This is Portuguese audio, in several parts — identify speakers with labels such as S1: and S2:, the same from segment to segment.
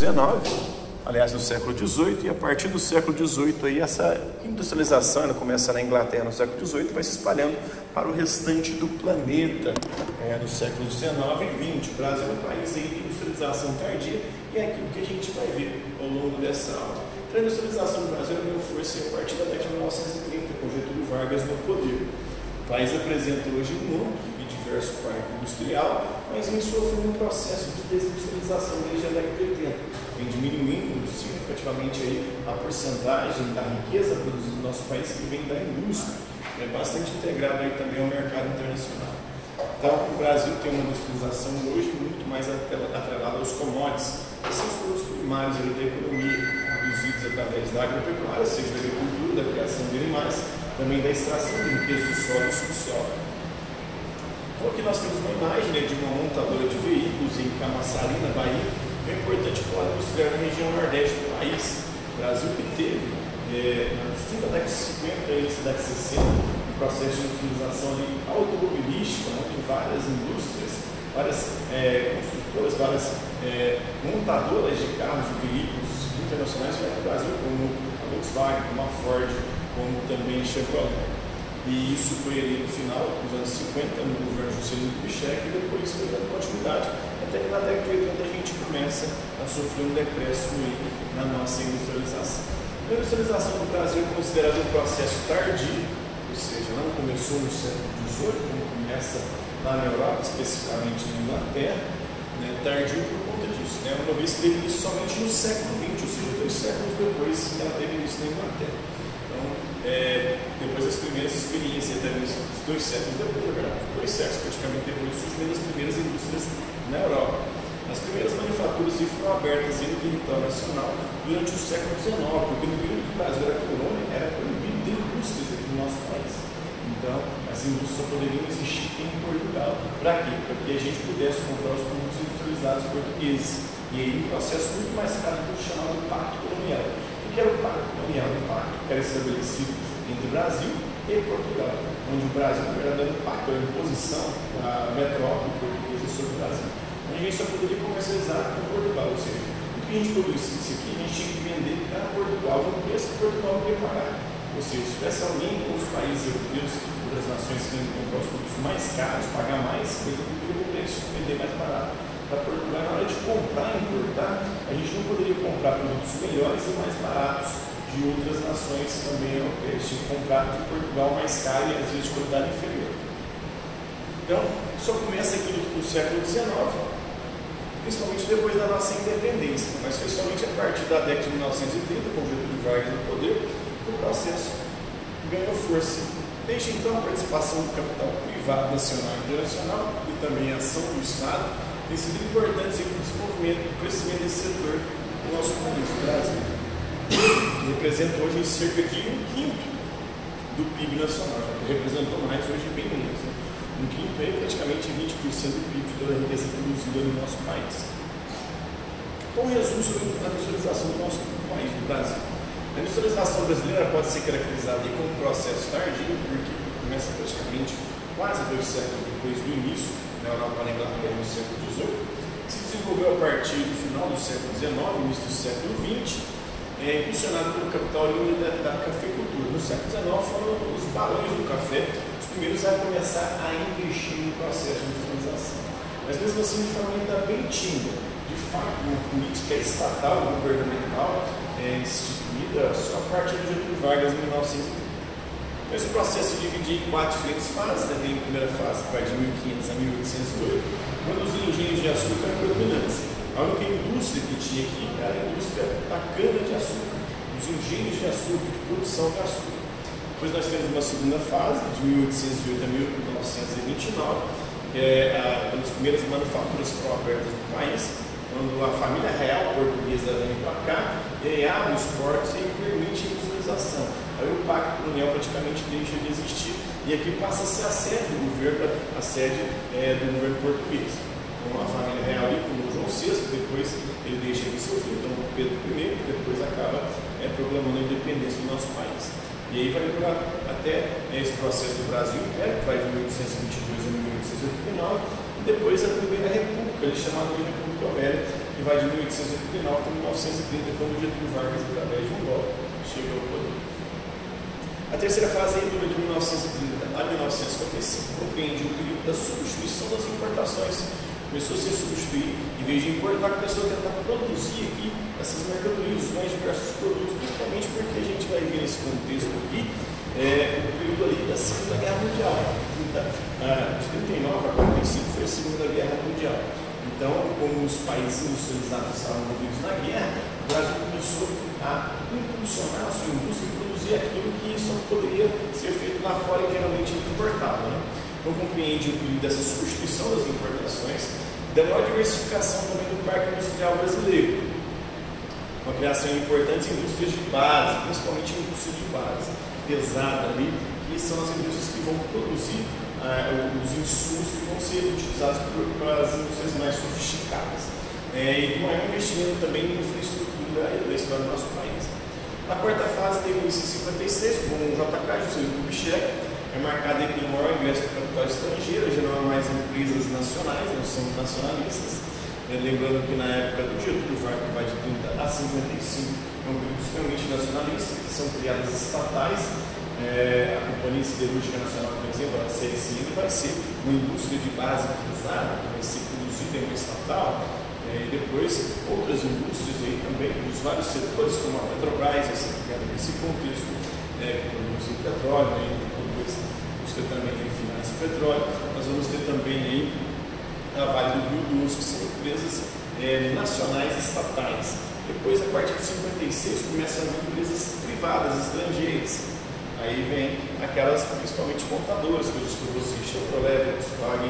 S1: XIX, aliás, no século XVIII, e a partir do século XVIII, aí, essa industrialização, ela começa na Inglaterra no século XVIII, vai se espalhando para o restante do planeta. No século XIX e XX, o Brasil é um país aí de industrialização tardia, e é aquilo que a gente vai ver ao longo dessa aula. A industrialização do Brasil ganhou força a partir da década de 1930, com Getúlio Vargas no poder. O país apresenta hoje um amplo e diverso parque industrial, mas vem sofrendo um processo de desindustrialização desde a década de 80. Vem diminuindo significativamente aí a porcentagem da riqueza produzida no nosso país que vem da indústria. É bastante integrado aí também ao mercado internacional. Então, o Brasil tem uma industrialização hoje muito mais atrelada aos commodities, que são os produtos primários da economia, produzidos através da agropecuária, seja da agricultura, da criação de animais, também da extração de riqueza do solo e subsolo. Então, aqui nós temos uma imagem de uma montadora de veículos em Camaçari, na Bahia, bem importante polo industrial na região nordeste do país. O Brasil que teve, no fim da década de 50 e início da década de 60, um processo de industrialização automobilística, onde várias indústrias, várias construtoras, várias montadoras de carros e veículos internacionais vieram do Brasil, como a Volkswagen, como a Ford, como também a Chevrolet. E isso foi ali no final dos anos 50, no governo Juscelino Kubitschek, e depois foi dando continuidade, até que na década de 80 a gente começa a sofrer um decréscimo na nossa industrialização. A industrialização do Brasil é considerada um processo tardio, ou seja, não começou no século XVIII, como começa lá na Europa, especificamente na Inglaterra, tardio por conta disso, uma vez que teve início somente no século XX, ou seja, 2 séculos depois que ela teve início na Inglaterra. Então, depois das primeiras experiências, até mesmo 2 séculos depois, na verdade, 2 séculos praticamente depois, surgiram as primeiras indústrias na Europa. As primeiras manufaturas foram abertas no território nacional durante o século XIX, porque no período que o Brasil era colônia, era proibido ter indústrias aqui no nosso país. Então, as indústrias só poderiam existir em Portugal. Para quê? Para que a gente pudesse comprar os produtos industrializados portugueses. E aí, um processo muito mais caro do chamado Pacto Colonial. O que era o Pacto Colonial? O pacto que era estabelecido entre o Brasil e Portugal, onde o Brasil, na verdade, era um pacto, era uma imposição da metrópole portuguesa sobre o Brasil. Onde a gente só poderia comercializar com Portugal, ou seja, o que a gente produzisse aqui, a gente tinha que vender para Portugal no preço que Portugal ia pagar. Ou seja, se tivesse alguém com os países europeus, outras nações que iam comprar os produtos mais caros, pagar mais, eles não poderiam vender mais barato. Para Portugal, na hora de comprar e importar, a gente não poderia comprar produtos melhores e mais baratos de outras nações também europeias. Tinha que comprar de Portugal mais caro e às vezes de qualidade inferior. Então, só começa aqui no século XIX, principalmente depois da nossa independência, mas foi somente a partir da década de 1930, com Getúlio Vargas no poder, que o processo ganhou força. Desde então, a participação do capital privado nacional e internacional e também a ação do Estado tem sido importante para o desenvolvimento e crescimento desse setor do nosso país, do Brasil, que representa hoje cerca de 1/5 do PIB nacional, que representou mais, hoje bem menos. 1/5 é praticamente 20% do PIB de toda a riqueza produzida no nosso país. Então, um resumo sobre a industrialização do nosso país, do Brasil. A industrialização brasileira pode ser caracterizada como um processo tardio, porque começa praticamente quase 2 séculos depois do início, na Europa e na Inglaterra, no século XVIII, se desenvolveu a partir do final do século XIX, início do século XX, impulsionado pelo capital da cafeicultura. No século XIX foram os barões do café os primeiros a começar a investir no processo de industrialização. Mas mesmo assim, de forma ainda bem tímida. De fato, uma política estatal, governamental, instituída só a partir de Getúlio Vargas em 1930. Esse processo se dividia em 4 diferentes fases. Tem a primeira fase, que vai de 1500 a 1808, quando os engenhos de açúcar eram predominantes. A única indústria que tinha aqui era a indústria da cana-de-açúcar, os engenhos de açúcar, de produção de açúcar. Depois nós temos uma segunda fase, de 1808 a 1929, que é quando as primeiras manufaturas foram abertas no país, quando a família real portuguesa vem para cá, e abre os portos e permite a industrialização. Aí o Pacto Colonial praticamente deixa de existir e aqui passa a ser a sede do governo, a sede do governo português. Então a família real ali, como João VI, depois ele deixa de seu filho, então Pedro I, que depois acaba proclamando a independência do nosso país. E aí vai durar até esse processo do Brasil Império, que vai de 1822 a 1889, e depois a Primeira República, chamada de República Velha, e vai de 1889 até 1930, quando Getúlio Vargas, através de um golpe, chega ao poder. A terceira fase dura de 1930 a 1955, compreende o período da substituição das importações. Começou a se substituir, em vez de importar, começou a tentar produzir aqui essas mercadorias, os mais diversos produtos, principalmente porque a gente vai ver nesse contexto aqui o período ali da Segunda Guerra Mundial. De 39 a 45 foi a Segunda Guerra Mundial. Então, como os países industrializados estavam envolvidos na guerra, o Brasil começou a impulsionar a sua indústria e produzir aquilo que só poderia ser feito lá fora e geralmente importado. Né? Então, compreende o período dessa substituição das importações, da maior diversificação também do parque industrial brasileiro, com a criação de importantes indústrias de base, principalmente a indústria de base pesada ali, que são as indústrias que vão produzir os insumos que vão ser utilizados para as indústrias mais sofisticadas. E com maior investimento também em infraestrutura da história do nosso país. A quarta fase teve início em 56, com o JK, Juscelino Kubitschek, é marcada pelo maior ingresso do capital estrangeiro, geral mais empresas nacionais, não são nacionalistas. Lembrando que na época do Getúlio Vargas, vai de 30 a 55, é um período extremamente nacionalista, que são criadas estatais. A Companhia Siderúrgica Nacional, por exemplo, a CSN, vai ser uma indústria de base pesada, que vai ser produzida em uma estatal, e depois outras indústrias aí também, dos vários setores, como a Petrobras, vai ser criada nesse contexto, que produz o petróleo, depois busca também refinar esse petróleo. Nós vamos ter também aí a Vale do Rio Doce, que são empresas nacionais estatais. Depois, a partir de 56, começam a vir empresas privadas, estrangeiras. Aí vem aquelas, principalmente contadoras, que eu disse para vocês, Chevrolet, Volkswagen,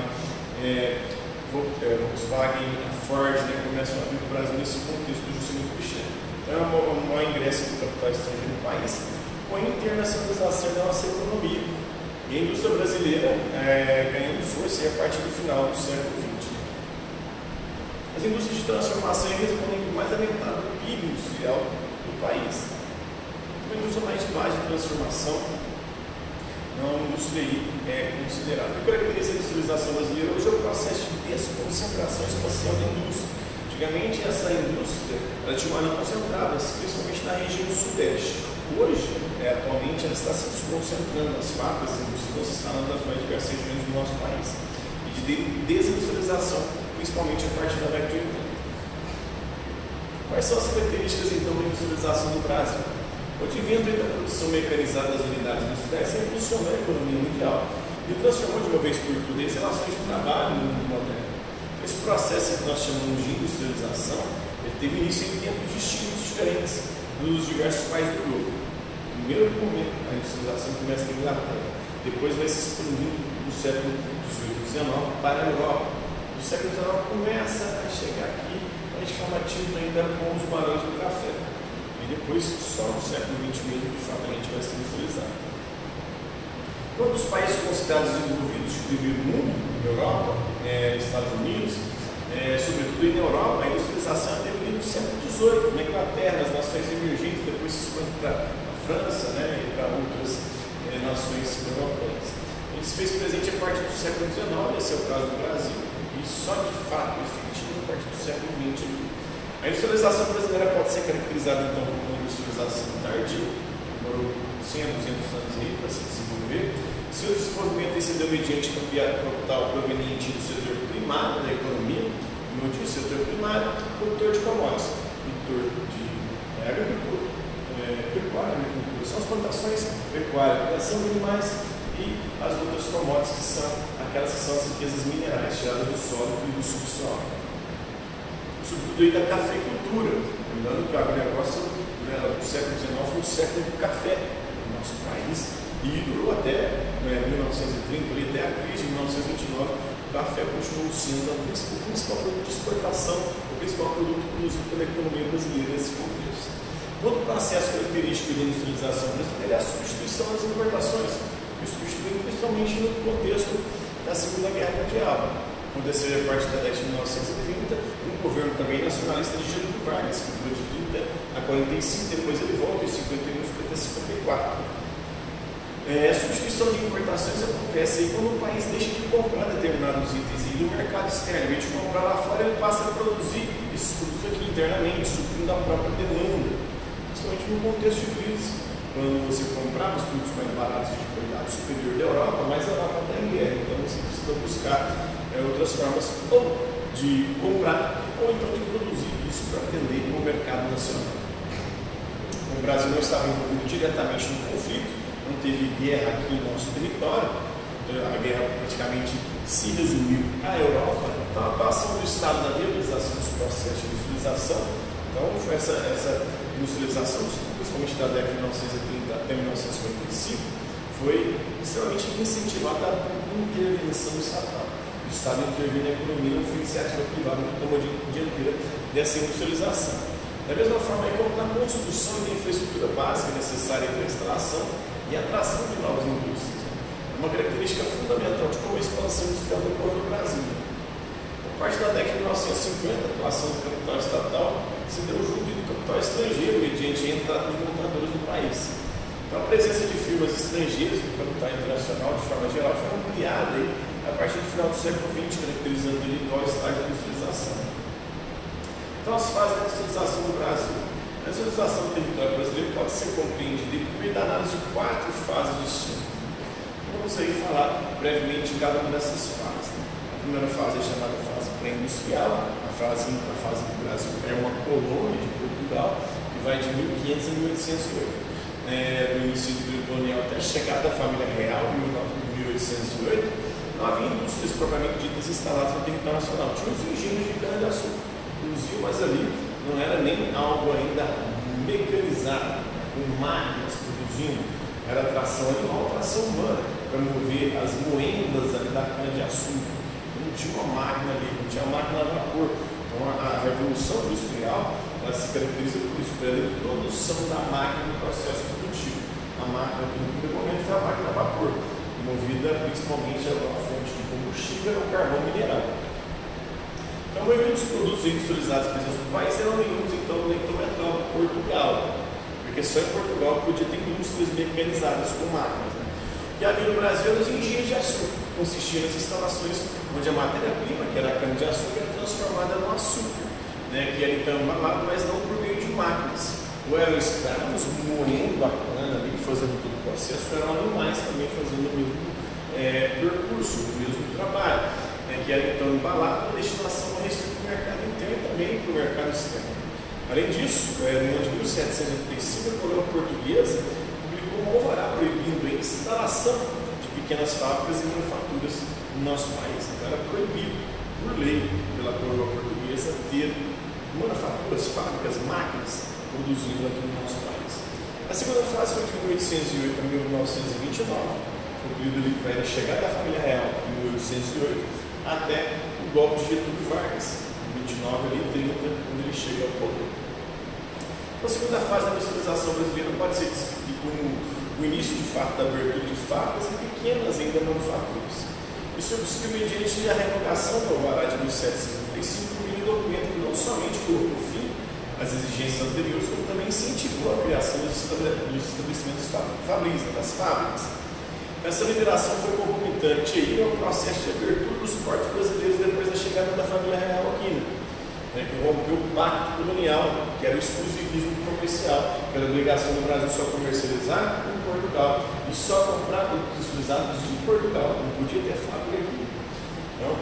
S1: a Ford, começam a vir para o Brasil nesse contexto do Juscelino Kubitschek. Então, é um maior ingresso do capital estrangeiro no país, com a internacionalização da nossa economia. E a indústria brasileira ganhando força a partir do final do século XX. As indústrias de transformação respondem por mais da metade do PIB industrial do país. Uma indústria mais de base de transformação, não é uma indústria considerada. O que caracteriza a industrialização brasileira hoje é o processo de desconcentração espacial da indústria. Antigamente, essa indústria tinha uma área concentrada, principalmente na região sudeste. Hoje, atualmente, ela está se desconcentrando, as fábricas e indústrias se instalando nas mais diversas regiões do nosso país. E de desindustrialização, principalmente a partir da década de 80. Quais são as características, então, da industrialização do Brasil? O advento da produção mecanizada das unidades industriais impulsionou a economia mundial e transformou de uma vez por todas as relações de trabalho no mundo moderno. Esse processo que nós chamamos de industrialização, ele teve início em tempos distintos diferentes nos diversos países do globo. No primeiro momento, a industrialização começa na Inglaterra, depois vai se expandindo do século XVIII e XIX para a Europa. Do século XIX começa a chegar aqui, a gente forma ativo ainda com os barões do café. E depois, só no século XX mesmo, de fato, a gente vai se industrializar. Quando os países considerados desenvolvidos de primeiro mundo, na Europa, Estados Unidos, sobretudo aí na Europa, a industrialização teve no século XVIII, na Inglaterra, as nações emergentes, depois se expande para a França, e para outras nações europeias. Ele se fez presente a partir do século XIX, esse é o caso do Brasil, e só de fato efetivo a partir do século XX. A industrialização brasileira pode ser caracterizada então como uma industrialização tardia, demorou 100 a 200 anos aí para se desenvolver. Seu desenvolvimento se deu mediante capital proveniente do setor primário da economia, como eu disse, setor primário, produtor de commodities, produtor de agricultura, pecuária, agricultura, são as plantações pecuárias, criação de animais e as outras commodities que são aquelas que são as riquezas minerais tiradas do solo e do subsolo. Sobretudo aí da cafeicultura, lembrando que o agronegócio do século XIX foi o século do café no nosso país e durou até 1930, ali, até a crise de 1929, o café continuou sendo o principal produto de exportação, o principal produto produzido pela economia brasileira nesse contexto. Outro processo característico da industrialização brasileira é a substituição das importações, substituindo principalmente no contexto da Segunda Guerra Mundial. Aconteceu a partir da década de 1930, um governo também nacionalista de Getúlio Vargas, que durou de 30 a 45, depois ele volta em 51 até 54. A substituição de importações acontece aí quando o país deixa de comprar determinados itens e no mercado externo, em vez de comprar lá fora, ele passa a produzir esses produtos aqui internamente, suprindo a própria demanda, principalmente no contexto de crise. Quando você comprava os produtos mais baratos de qualidade superior da Europa, mas a Europa está em guerra, então você precisa buscar outras formas ou de comprar ou então de produzir isso para atender o mercado nacional. O Brasil não estava envolvido diretamente no conflito, não teve guerra aqui no nosso território, então a guerra praticamente se resumiu à Europa. Então a atuação do Estado na viabilização dos processos de industrialização, então foi essa industrialização, principalmente da década de 1930 até 1955, foi extremamente incentivada por intervenção estatal. O Estado interviu na economia, não foi iniciativa privada que tomou a dianteira dessa industrialização. Da mesma forma como na construção da infraestrutura básica necessária para a instalação e atração de novas indústrias. Uma característica fundamental de como a expansão industrial ocorreu no Brasil. A partir da década de 1950, a atuação do capital estatal se deu junto do capital estrangeiro, mediante a entrada de montadores no país. Então, a presença de firmas estrangeiras no capital internacional, de forma geral, foi ampliada a partir do final do século XX, caracterizando ele igual estágio de industrialização. Então, as fases da industrialização do Brasil. A industrialização do território brasileiro pode ser compreendida por meio da análise de 4 fases distintas. Vamos aí falar brevemente de cada uma dessas fases. A primeira fase é chamada fase pré-industrial. A fase que o Brasil é uma colônia de Portugal, que vai de 1500 a 1808. Do início do período colonial até a chegada da família real, em 1808, não havia indústrias propriamente ditas instaladas no território nacional. Tinha os engenhos de cana-de-açúcar, produziam, mas ali não era nem algo ainda mecanizado, com máquinas produzindo. Era tração animal, tração humana, para mover as moendas ali da cana-de-açúcar. Não tinha uma máquina ali, não tinha uma máquina a vapor. Então a revolução industrial ela se caracteriza por isso, pela introdução da máquina no processo produtivo. A máquina, no primeiro momento, foi a máquina a vapor, movida principalmente a fonte de combustível ou carvão mineral. Então, a maioria dos produtos industrializados presentes no país eram oriundos, então, do metrópole de Portugal, porque só em Portugal podia ter indústrias mecanizadas com máquinas. E havia no Brasil os engenhos de açúcar, que consistiam nas instalações onde a matéria-prima, que era a cana-de-açúcar, era transformada no açúcar, que era então embalado, mas não por meio de máquinas. Ou eram escravos moendo a cana ali, fazendo todo o processo, ou eram animais também fazendo o mesmo percurso, o mesmo trabalho, que era então embalado para destinação restrita para o mercado interno e também para o mercado externo. Além disso, no ano de 1785, a coroa portuguesa publicou um alvará proibindo a instalação de pequenas fábricas e manufaturas no nosso país. Então era proibido, por lei, pela coroa portuguesa, ter manufaturas, fábricas, máquinas produzindo aqui no nosso país. A segunda fase foi de 1808 a 1929, foi o período que vai da chegada da família real em 1808 até o golpe de Getúlio Vargas, em 29 e 30, quando ele chega ao poder. A segunda fase da industrialização brasileira pode ser descrita como o início de fato da abertura de fábricas e pequenas ainda manufaturas. Isso foi possível mediante a revogação do alvará de 1755, por um documento que não somente colocou fim às exigências anteriores, como também incentivou a criação dos estabelecimentos fabris, das fábricas. Essa liberação foi concomitante ao processo de abertura dos portos brasileiros depois da chegada da família real aqui, que rompeu o pacto colonial, que era o exclusivismo comercial, que era a obrigação do Brasil só comercializar com Portugal e só comprar produtos utilizados de Portugal, não podia ter fábrica aqui. Então,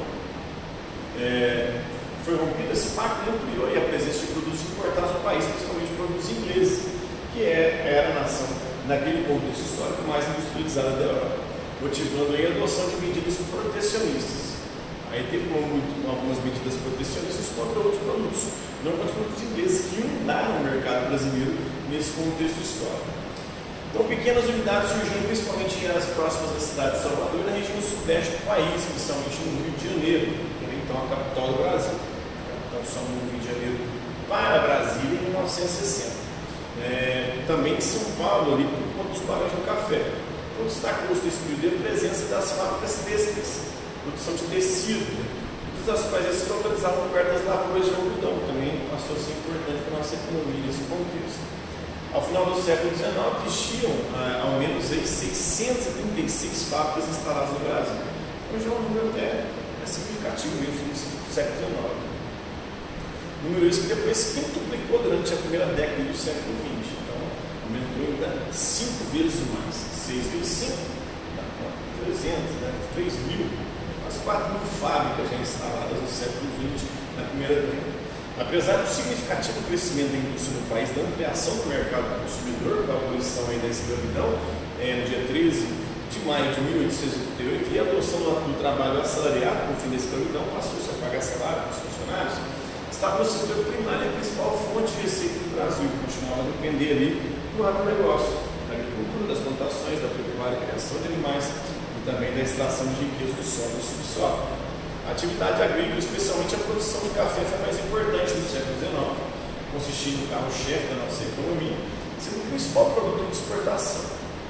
S1: foi rompido esse pacto e ampliou a presença de produtos importados no país, principalmente produtos ingleses, que era a nação, naquele contexto histórico, mais industrializada da Europa, motivando aí a adoção de medidas protecionistas. Aí teve algumas medidas protecionistas contra outros produtos, não contra os produtos ingleses que inundaram o mercado brasileiro nesse contexto histórico. Então, pequenas unidades surgiram principalmente em áreas próximas da cidade de Salvador e na região sudeste do país, principalmente no Rio de Janeiro, que era então a capital do Brasil. A capital só no Rio de Janeiro para Brasília em 1960. Também em São Paulo, ali por conta dos barões do café. Então, destacou-se nesse período a presença das fábricas têxteis, produção de tecido, muitas das quais se localizavam perto das lavouras de algodão, também passou a ser importante para a nossa economia nesse contexto. Ao final do século XIX, existiam ao menos 636 fábricas instaladas no Brasil. Hoje é um número até significativo, no fim do século XIX. Número esse que depois se quintuplicou durante a primeira década do século XX. Então, aumentou ainda 5 vezes mais. 6 vezes 5, dá 300, né? 3 mil, quase 4 mil fábricas já instaladas no século XX, na primeira década. Apesar do significativo crescimento da indústria no país, da ampliação do mercado do consumidor, com a abolição da escravidão, no dia 13 de maio de 1888, e a adoção do trabalho assalariado com o fim da escravidão, passou-se a pagar salário para os funcionários, estava no setor primário a principal fonte de receita do Brasil, continuava a depender ali do agronegócio, da agricultura, das plantações, da pecuária, criação de animais e também da extração de riqueza do solo e do subsolo. A atividade agrícola, especialmente a produção de café, foi mais importante no século XIX, consistindo no carro-chefe da nossa economia, sendo o principal produto de exportação.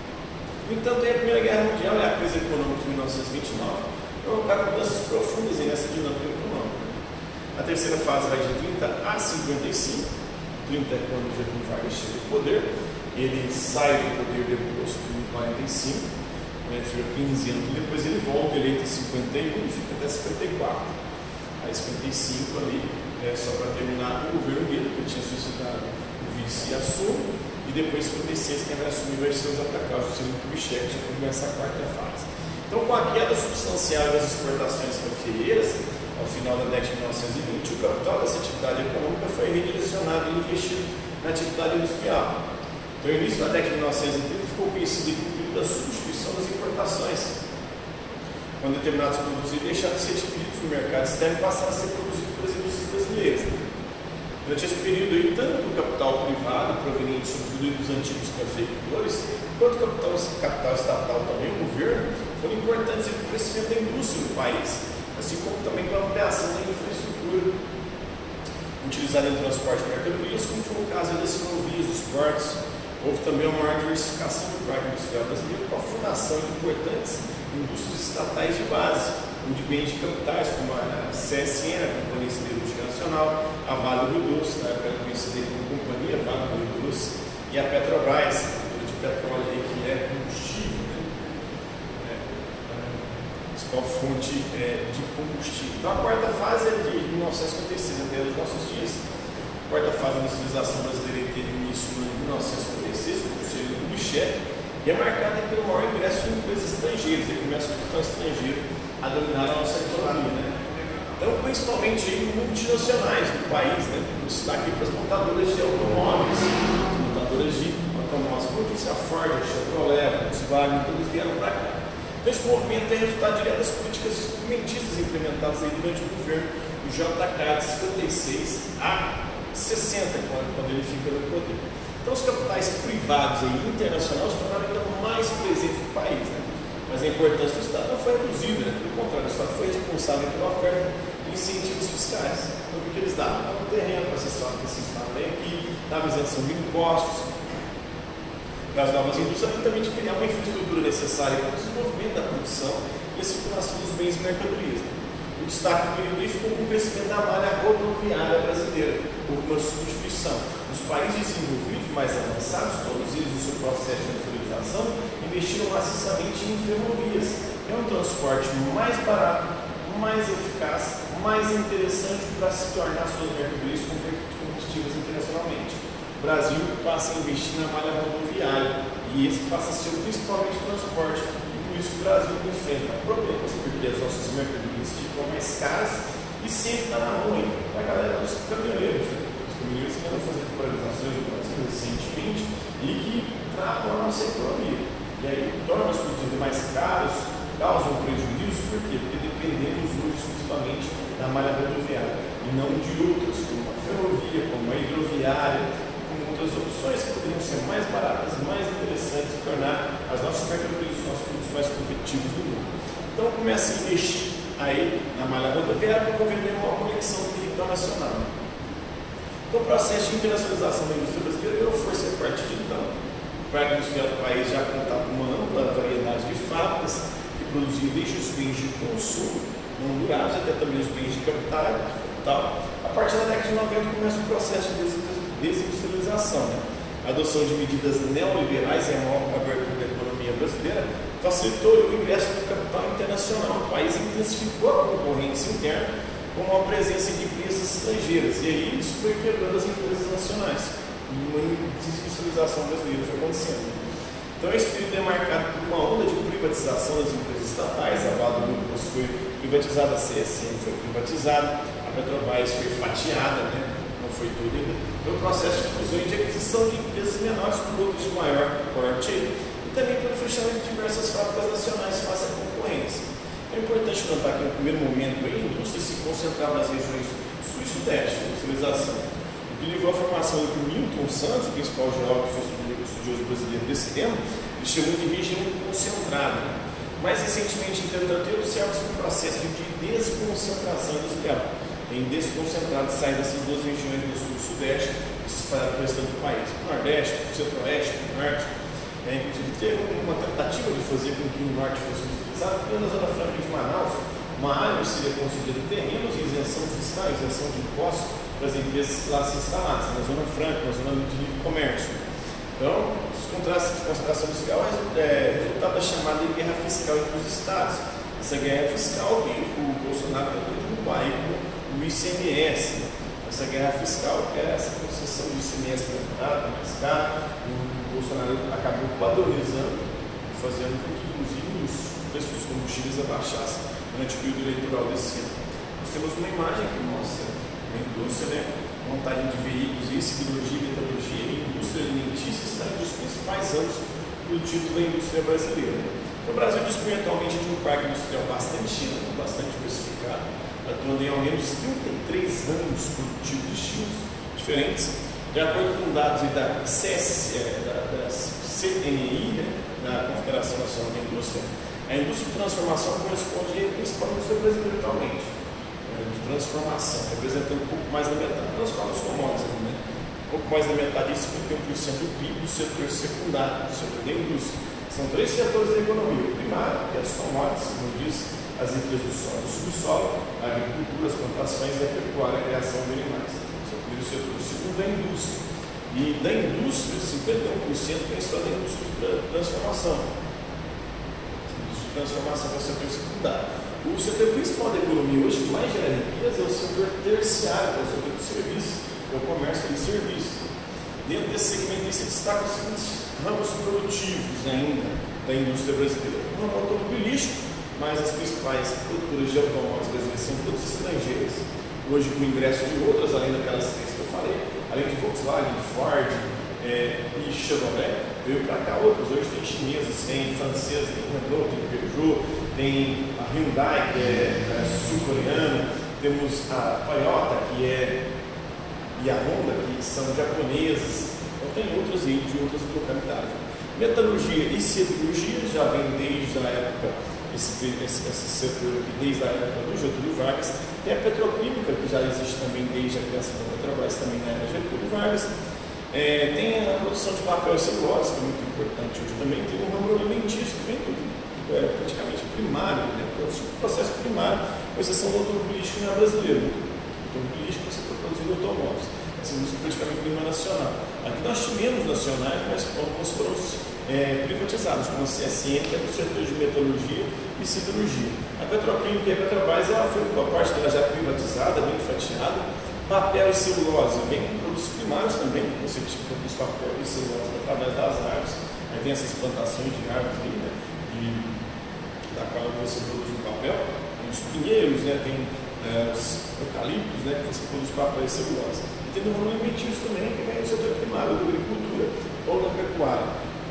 S1: No entanto, a Primeira Guerra Mundial e a crise econômica de 1929 provocaram mudanças profundas nessa dinâmica econômica. A terceira fase vai de 30 a 55. 30 é quando o Getúlio Vargas chega ao poder. Ele sai do poder depois em 45, fica 15 anos depois, ele volta eleito em 51 e fica até 54. Aí 55 ali, só para terminar o governo dele, que tinha suscitado o vice assume, e depois 56 quem vai assumir vai ser o Atacado, o Juscelino Kubitschek, já começa a quarta fase. Então, com a queda substancial das exportações cafeeiras, ao final da década de 1920, o capital dessa atividade econômica foi redirecionado e investido na atividade industrial. Então, o início da década de 1930 ficou conhecido como período da substituição das importações, quando determinados produtos deixaram de ser adquiridos no mercado externo e passaram a ser produzidos pelas indústrias brasileiras. Durante esse período, aí, tanto o capital privado, proveniente sobretudo dos antigos cafeicultores, quanto o capital estatal também, o governo, foram importantes para o crescimento da indústria no país, assim como também para a ampliação da infraestrutura utilizada em transporte de mercadorias, como foi o caso das ferrovias, dos portos. Houve também uma maior diversificação do parque industrial brasileiro com a fundação de importantes indústrias estatais de base, ou de bens de capitais, como a CSN, a Companhia Siderúrgica Nacional, a Vale do Rio Doce, na época conhecida como Companhia Vale do Rio Doce, e a Petrobras, a de petróleo aí, que é combustível, principal fonte de combustível. Então a quarta fase é de 1956 até os nossos dias. A quarta fase da industrialização brasileira teve início em 1956, com o Juscelino Kubitschek, e é marcada pelo maior ingresso de empresas estrangeiras, e começa o capital estrangeiro a dominar a nossa economia. Então, principalmente multinacionais do país, o destaque para as montadoras de automóveis, como eu disse, a Ford, a Chevrolet, a Volkswagen, todos vieram para cá. Então, esse movimento é resultado direto das políticas instrumentistas implementadas aí durante o governo do JK de 56 a 60, quando ele fica no poder. Então, os capitais privados e internacionais se tornaram ainda mais presentes no país. Mas a importância do Estado não foi reduzida, pelo contrário, o Estado foi responsável pela oferta de incentivos fiscais. Então, o que eles davam? Davam terreno para esses estados que se instalam aqui, davam isenção de impostos para as novas indústrias, e também de criar uma infraestrutura necessária para o desenvolvimento da produção e a circulação dos bens e mercadorias. O destaque do período ficou com o crescimento da malha rodoviária brasileira, por uma substituição. Os países desenvolvidos mais avançados, todos eles no seu processo de industrialização, investiram maciçamente em ferrovias, que é um transporte mais barato, mais eficaz, mais interessante para se tornar suas mercadorias competitivas internacionalmente. O Brasil passa a investir na malha rodoviária e esse passa a ser principalmente o transporte. Por isso o Brasil enfrenta problemas, porque as nossas mercadorias ficam mais caras e sempre está na mão para a galera dos caminhoneiros. Os caminhoneiros que andam fazendo polarizações do Brasil recentemente e que tratam a nossa economia. E aí tornam os produtos mais caros, causam prejuízo, por quê? Porque dependemos hoje principalmente da malha rodoviária e não de outras, como a ferrovia, como a hidroviária, como outras opções que poderiam ser mais baratas, mais interessantes e tornar as nossas mercadorias, os nossos produtos mais competitivos do mundo. Então começa a investir aí na malha rodoviária para converter uma conexão do território nacional. Então o processo de internacionalização da indústria brasileira ganhou força a partir de então. O parque industrial do país já contava com uma ampla variedade de fábricas que produziam desde os bens de consumo não duráveis até também os bens de capital. A partir da década de 90 começa o processo de desindustrialização. A adoção de medidas neoliberais e a maior abertura da economia brasileira facilitou o ingresso do capital internacional. O país intensificou a concorrência interna com com a presença de empresas estrangeiras. E aí isso foi quebrando as empresas nacionais. E uma desindustrialização brasileira foi acontecendo. Então esse período é marcado por uma onda de privatização das empresas estatais. A Vale do Rio foi privatizada, a CSN foi privatizada, a Petrobras foi fatiada, né? Não foi tudo ainda. Foi um processo de fusão e de aquisição de empresas menores por outras de maior porte e também pelo fechamento de diversas fábricas nacionais face à concorrência. É importante notar que no primeiro momento a indústria se concentrava nas regiões sul e sudeste, industrialização, o que levou à formação do Milton Santos, o principal geógrafo estudioso brasileiro desse tema, ele chamou de região concentrada. Mais recentemente, entretanto, observa-se um processo de desconcentração industrial. Em desconcentrado sai dessas duas regiões do sul e sudeste e se espalha para o restante do país. O nordeste, o centro-oeste, o norte. Inclusive teve uma tentativa de fazer com que o norte fosse industrializado, porque na Zona Franca de Manaus, uma área seria concedida terrenos, isenção fiscal, isenção de impostos para as empresas lá se instalassem, na Zona Franca, na Zona de livre comércio. Então, os contrastes de concentração industrial é resultado da chamada de guerra fiscal entre os estados. Essa guerra fiscal que o Bolsonaro tentou derrubar aí com o ICMS, essa guerra fiscal, que é essa concessão de ICMS para mais caro, o Bolsonaro acabou padronizando, fazendo com que, inclusive, os preços dos combustíveis abaixassem durante o período eleitoral desse ano. Nós temos uma imagem que mostra a indústria, né, montagem de veículos, siderurgia, metalurgia e indústria alimentícia está entre os principais ramos produtivos da indústria brasileira. O Brasil dispõe atualmente de um parque industrial bastante amplo, bastante diversificado, atuando em ao menos 33 ramos produtivos distintos, diferentes. De acordo com dados da CNI, né, da Confederação Nacional da Indústria, a indústria de transformação corresponde à principal indústria brasileira atualmente. De transformação, representando um pouco mais da metade, transforma os commodities, né? Um pouco mais da metade, 51% do PIB do setor secundário, do setor da indústria. São três setores da economia: o primário, que é as commodities, como diz, as empresas do solo, do subsolo, a agricultura, as plantações e a pecuária, a criação de animais. Esse é o primeiro setor. O segundo é a indústria. E da indústria, 51% vem só da indústria de transformação. A indústria de transformação é o setor secundário. O setor principal da economia hoje, que mais gera riqueza, é o setor terciário, que é o setor de serviço, que é o comércio de serviços. Dentro desse segmento se destacam os seguintes ramos produtivos ainda da indústria brasileira. O ramo automobilístico, mas as principais produtoras de automóveis brasileiras são todas estrangeiras. Hoje, com o ingresso de outras, além daquelas três que eu falei, além de Volkswagen, Ford e Chevrolet, veio para cá outros. Hoje tem chineses, tem franceses, tem Renault, tem Peugeot, tem a Hyundai, que é sul-coreana, temos a Toyota, e a Honda, que são japoneses. Então tem outros aí de outras localidades. Metalurgia e siderurgia já vem desde a época, esse setor aqui, desde a época do Getúlio Vargas. Tem a petroquímica, que já existe também desde a criação da Petrobras, também na era Getúlio Vargas. Tem a produção de papel e celulose, que é muito importante hoje também. Tem o ramo alimentício, que vem tudo praticamente primário, né? O processo primário, com exceção do automobilístico não é brasileiro. O automobilístico você está produzindo automóveis. Essa indústria praticamente não é nacional. Aqui nós tivemos nacionais, mas alguns foram privatizados, como a CSN, que é do setor de metalurgia e siderurgia. A petroquímica e a Petrobras, ela foi uma parte dela já privatizada, bem fatiada. Papel e celulose vem com produtos primários também, você produz papel e celulose através das árvores. Aí vem essas plantações de árvores aí, né? Da qual você produz o papel, tem os pinheiros, né? Tem os eucaliptos, né? Que você produz papel e celulose. E tem o ramo alimentício também, que vem no setor primário, da agricultura ou da pecuária.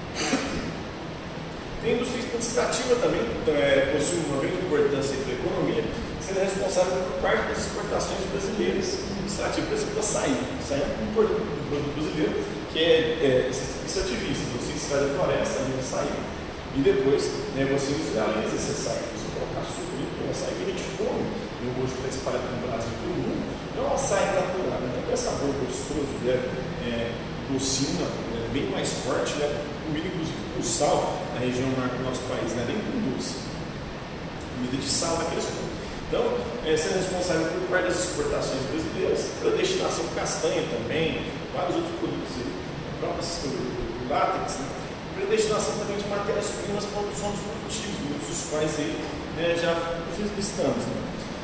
S1: Tem a indústria extrativa também, possui uma grande importância para a economia, sendo responsável por parte das exportações brasileiras. Extrativo, por exemplo, açaí. Açaí é um produto brasileiro que é extrativista. Você extrai da floresta, ali no açaí, e depois você industrializa esse açaí. Você coloca açúcar, o açaí que a gente come, e hoje está espalhado no Brasil e todo mundo, não é um açaí natural, não tem sabor gostoso, docinho, bem mais forte, comida inclusive com sal na região norte do nosso país, nem com doce. Comida de sal naqueles pontos. Então, sendo responsável por parte das exportações brasileiras, para a destinação de castanha também, vários outros produtos, próprios látex, para a destinação também de matérias-primas para outros ramos produtivos, muitos dos quais aí, já listamos.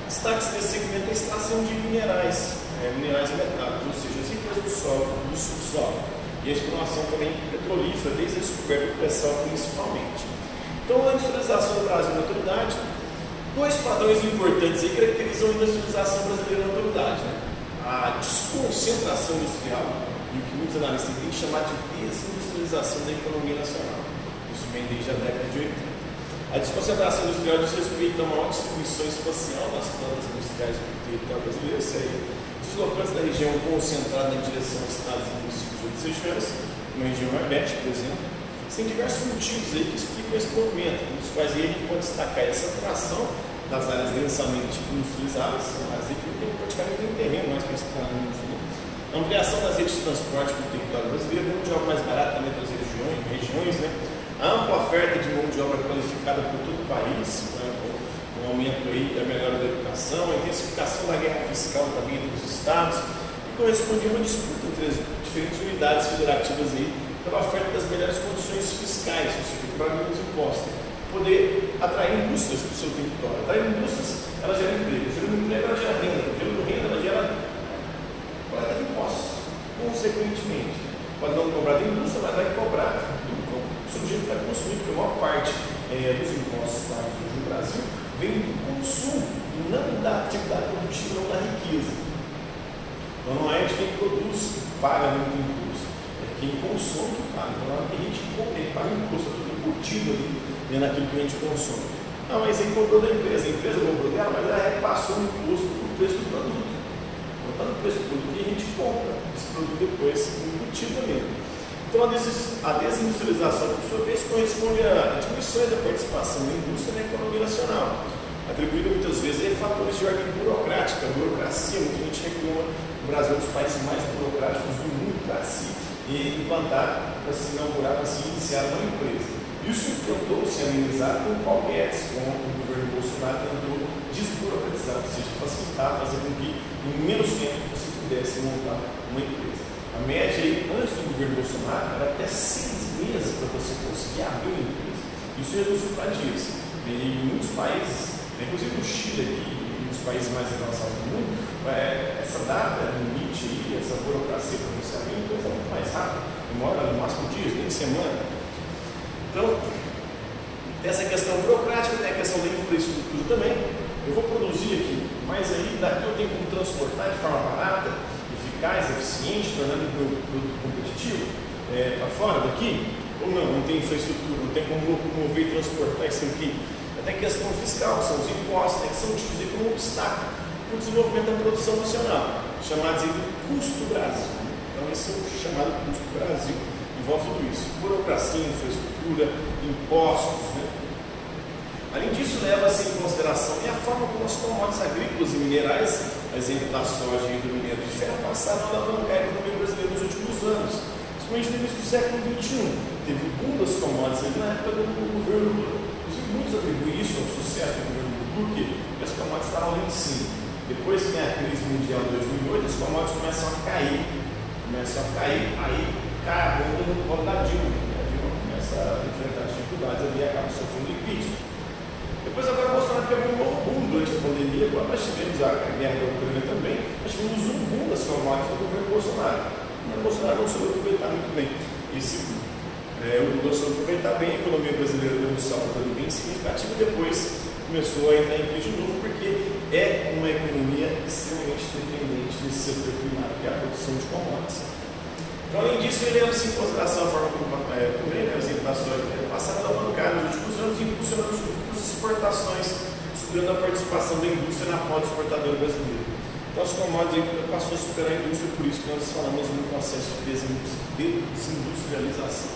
S1: Destaque desse segmento é a extração de minerais, minerais metálicos, ou seja, as riquezas do solo, do subsolo, e a exploração também petrolífera, desde a descoberta do pré-sal principalmente. Então, a industrialização do Brasil na atualidade, dois padrões importantes aí caracterizam a industrialização brasileira na atualidade, né? A desconcentração industrial, e o que muitos analistas têm chamado de desindustrialização da economia nacional. Isso vem desde a década de 80. A desconcentração industrial diz respeito a maior distribuição espacial das plantas industriais do território brasileiro, isso aí, deslocando da região concentrada em direção a estados e municípios de outras regiões, como a região Nordeste, por exemplo. Tem diversos motivos aí que explicam esse movimento, dos quais aí a gente pode destacar essa atração das áreas densamente industrializadas, mas aí que praticamente tem terreno mais para explorar no mundo. A ampliação das redes de transporte para o território brasileiro, mão de obra mais barata também para as regiões, né? A ampla oferta de mão de obra qualificada por todo o país, né? Um aumento aí da melhora da educação, a intensificação da guerra fiscal também entre os estados, e corresponde a uma disputa entre as diferentes unidades federativas aí, pela oferta das melhores condições fiscais, ou seja, para menos impostos, poder atrair indústrias para o seu território. Atrair indústrias, ela gera emprego, ela gera renda, gerando renda, ela gera coleta de impostos. Consequentemente, pode não cobrar da indústria, mas vai cobrar o sujeito vai consumir, porque a maior parte dos impostos pagos no Brasil vem do consumo, não da atividade produtiva, não da riqueza. Então não é de quem produz que paga muito imposto, é quem consome que paga. Então a gente paga imposto, tudo embutido ali naquilo que a gente consome. Não, mas aí cobrou da empresa, a empresa cobrou dela, mas ela repassou o imposto para o preço do produto. Então está no preço do produto que a gente compra esse produto depois embutido ali. Então, a desindustrialização, por sua vez, corresponde a diminuições da participação da indústria na economia nacional, atribuída muitas vezes a fatores de ordem burocrática, burocracia. Muita gente reclama que o Brasil é um dos países mais burocráticos do mundo para se implantar, para se inaugurar, para se iniciar uma empresa. Isso tentou se amenizar com o Paulo Guedes, com o governo Bolsonaro tentou desburocratizar, ou seja, facilitar, fazer com que em menos tempo você pudesse montar uma empresa. A média aí, antes do governo Bolsonaro, era até 6 meses para você conseguir abrir uma empresa. Isso reduziu para dias. E em muitos países, inclusive no Chile aqui, e nos países mais avançados do mundo, essa data limite aí, essa burocracia para você abrir uma empresa é muito mais rápida. Demora no máximo dias, nem semana. Então, tem essa questão burocrática, tem a questão da infraestrutura também. Eu vou produzir aqui, mas aí daqui eu tenho como transportar de forma barata, eficaz, eficiente, tornando o produto competitivo para fora daqui, ou não tem infraestrutura, não tem como locomover e transportar isso aqui. Tem questão fiscal, que são os impostos, que são tidos como um obstáculo para o desenvolvimento da produção nacional, chamado de custo Brasil. Então, esse é o chamado custo Brasil, envolve tudo isso: burocracia, infraestrutura, impostos, né? Além disso, leva-se em consideração a forma como as commodities agrícolas e minerais, a exemplo da soja e do minério de ferro, passaram a alavancar a economia brasileira nos últimos anos, principalmente no início do século XXI. Teve o boom das commodities na época do governo Lula. Inclusive, muitos atribuem isso ao sucesso do governo Lula, porque as commodities estavam lá em cima. Depois que vem a crise mundial de 2008, as commodities começam a cair, aí cai a bomba no colo da Dilma. A Dilma começa a enfrentar dificuldades ali e acaba sofrendo impeachment. Depois agora o Bolsonaro pegou um novo boom durante a pandemia, quando nós tivemos a guerra da Ucrânia também, nós tivemos um boom das commodities do governo Bolsonaro. Mas o Bolsonaro não soube aproveitar muito bem esse boom. O Lula soube aproveitar bem, a economia brasileira deu um salto bem significativo e depois começou a entrar em crise de novo, porque é uma economia extremamente dependente desse setor primário, que é a produção de commodities. Então, além disso, ele leva-se em consideração a forma como também, as importações passaram a alavancar nos últimos anos, impulsionando as exportações, subindo a participação da indústria na pauta exportadora brasileira. Então, as commodities passou a superar a indústria, por isso que nós falamos no processo de desindustrialização.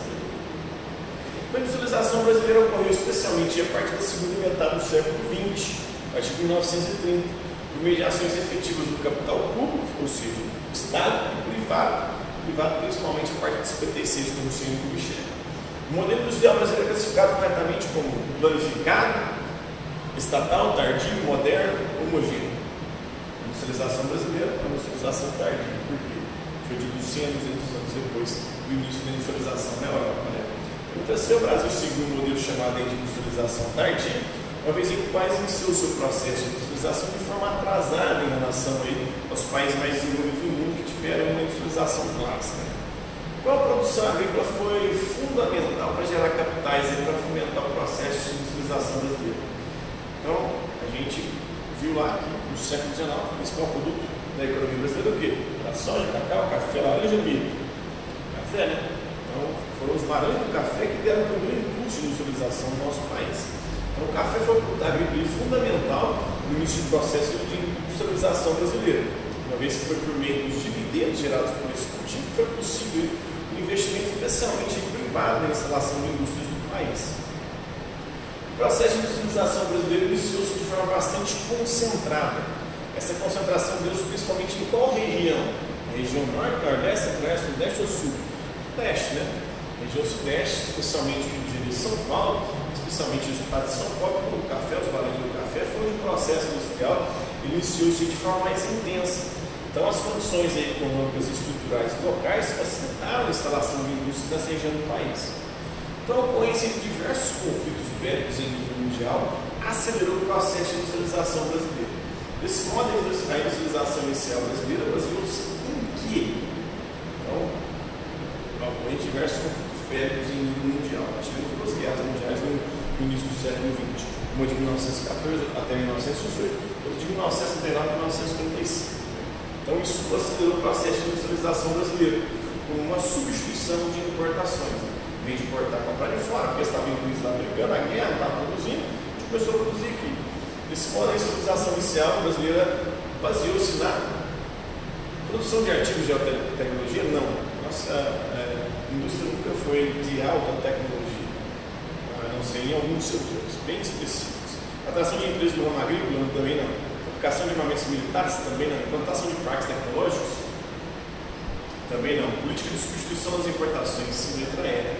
S1: A industrialização brasileira ocorreu especialmente a partir da segunda metade do século XX, a partir de 1930, por meio de ações efetivas do capital público, ou seja, Estado e privado principalmente a partir de 56, como o senhor Michel. O modelo industrial brasileiro é classificado corretamente como planificado, estatal, tardio, moderno, homogêneo. A industrialização brasileira é uma industrialização tardia, porque foi de 200, 200 anos depois do início da industrialização na Europa. Né? Então, se o Brasil seguiu um modelo chamado de industrialização tardia, uma vez que o país iniciou o seu processo de industrialização de forma atrasada em relação aí aos países mais desenvolvidos do mundo que tiveram uma industrialização clássica. Então, a produção agrícola foi fundamental para gerar capitais e para fomentar o processo de industrialização brasileira. Então, a gente viu lá que no século XIX, o principal produto da economia brasileira é o quê? Era soja, cacau, café, laranja e milho. Café, né? Então, foram os barões do café que deram o primeiro impulso de industrialização no nosso país. Então, o café foi um produto agrícola fundamental no início do processo de industrialização brasileira, uma vez que foi por meio dos dividendos gerados por esse cultivo que foi possível o investimento, especialmente privado, na instalação de indústrias do país. O processo de industrialização brasileiro iniciou-se de forma bastante concentrada. Essa concentração deu-se principalmente em qual região? A região norte, nordeste, centro-oeste, sudeste ou sul? Sudeste, né? A região sudeste, especialmente o Rio de Janeiro e São Paulo, especialmente o estado de São Paulo, o café, os barões do café, foi um processo industrial que iniciou-se de forma mais intensa. Então, as condições econômicas e estruturais locais facilitaram a instalação de indústrias nessa região do país. Então, a ocorrência de diversos conflitos bélicos em nível mundial acelerou o processo de industrialização brasileira. Desse modo, a industrialização inicial brasileira baseou-se em quê? Então, ocorrem diversos conflitos bélicos em nível mundial. Nós tivemos duas guerras mundiais no início do século XX, uma de 1914 até 1918, outra de 1939 a 1935. Então, isso acelerou o processo de industrialização brasileira, com uma substituição de importações. Em vez de importar, comprar de fora, porque estava em crise lá americana, a guerra, estava produzindo, a gente começou a produzir aqui. Desse modo, a industrialização inicial brasileira baseou-se na produção de artigos de alta tecnologia? Não. Nossa indústria nunca foi de alta tecnologia, a não ser em alguns setores bem específicos. Atração de empresas do ramo agrícola também não. Aplicação de armamentos militares também não. Implantação de parques tecnológicos também não. Política de substituição das importações, sim, letra E.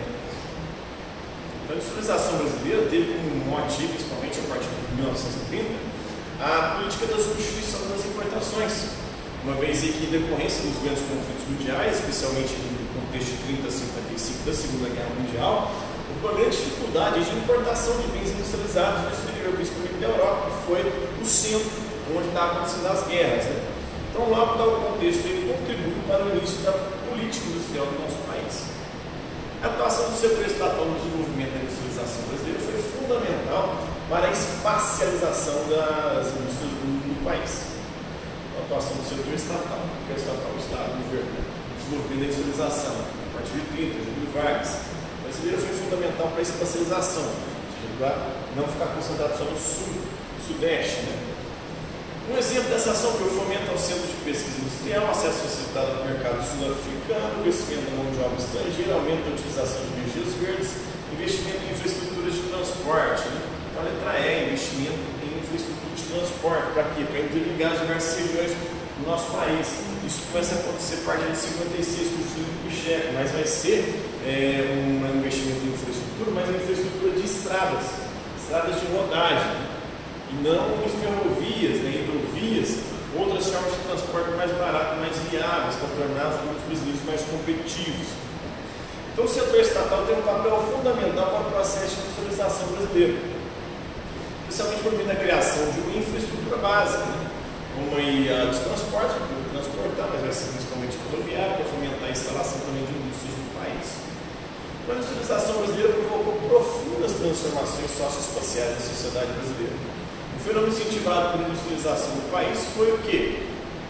S1: A industrialização brasileira teve como mote, principalmente a partir de 1930, a política da substituição das importações, uma vez que, em decorrência dos grandes conflitos mundiais, especialmente no contexto de 30 a 55 da Segunda Guerra Mundial, houve uma grande dificuldade de importação de bens industrializados no exterior, principalmente da Europa, que foi o centro onde estavam acontecendo as guerras. Né? Então, logo dá o contexto, ele contribuiu para o início da política industrial do nosso país. A atuação do setor estatal no desenvolvimento da industrialização brasileira foi fundamental para a espacialização das indústrias do país. A atuação do setor estatal, que é o estatal, o Estado, o governo, no desenvolvimento da industrialização, a partir de 30, Getúlio Vargas, brasileira foi fundamental para a espacialização, ou seja, para não ficar concentrado só no sul, no sudeste. Né? Um exemplo dessa ação foi o fomento ao Centro de Pesquisa Industrial, acesso facilitado ao mercado sul-africano, crescimento da mão de obra estrangeira, aumento da utilização de energias verdes, investimento em infraestruturas de transporte. Né? Então, a letra E, investimento em infraestrutura de transporte. Para quê? Para interligar diversas regiões do nosso país. Isso começa a acontecer a partir de 56 com o Juscelino Kubitschek, mas vai ser um investimento em infraestrutura, mas em infraestrutura de estradas de rodagem. E não em ferrovias, né, hidrovias, outras formas de transporte mais baratas, mais viáveis, para tornar os produtos brasileiros mais competitivos. Então, o setor estatal tem um papel fundamental para o processo de industrialização brasileira, especialmente por meio da criação de uma infraestrutura básica, né, como a de transporte, para transportar, mas vai ser principalmente rodoviária, para fomentar a instalação também de indústrias no país. Então, a industrialização brasileira provocou profundas transformações socioespaciais na sociedade brasileira. O fenômeno incentivado pela industrialização do país foi o quê?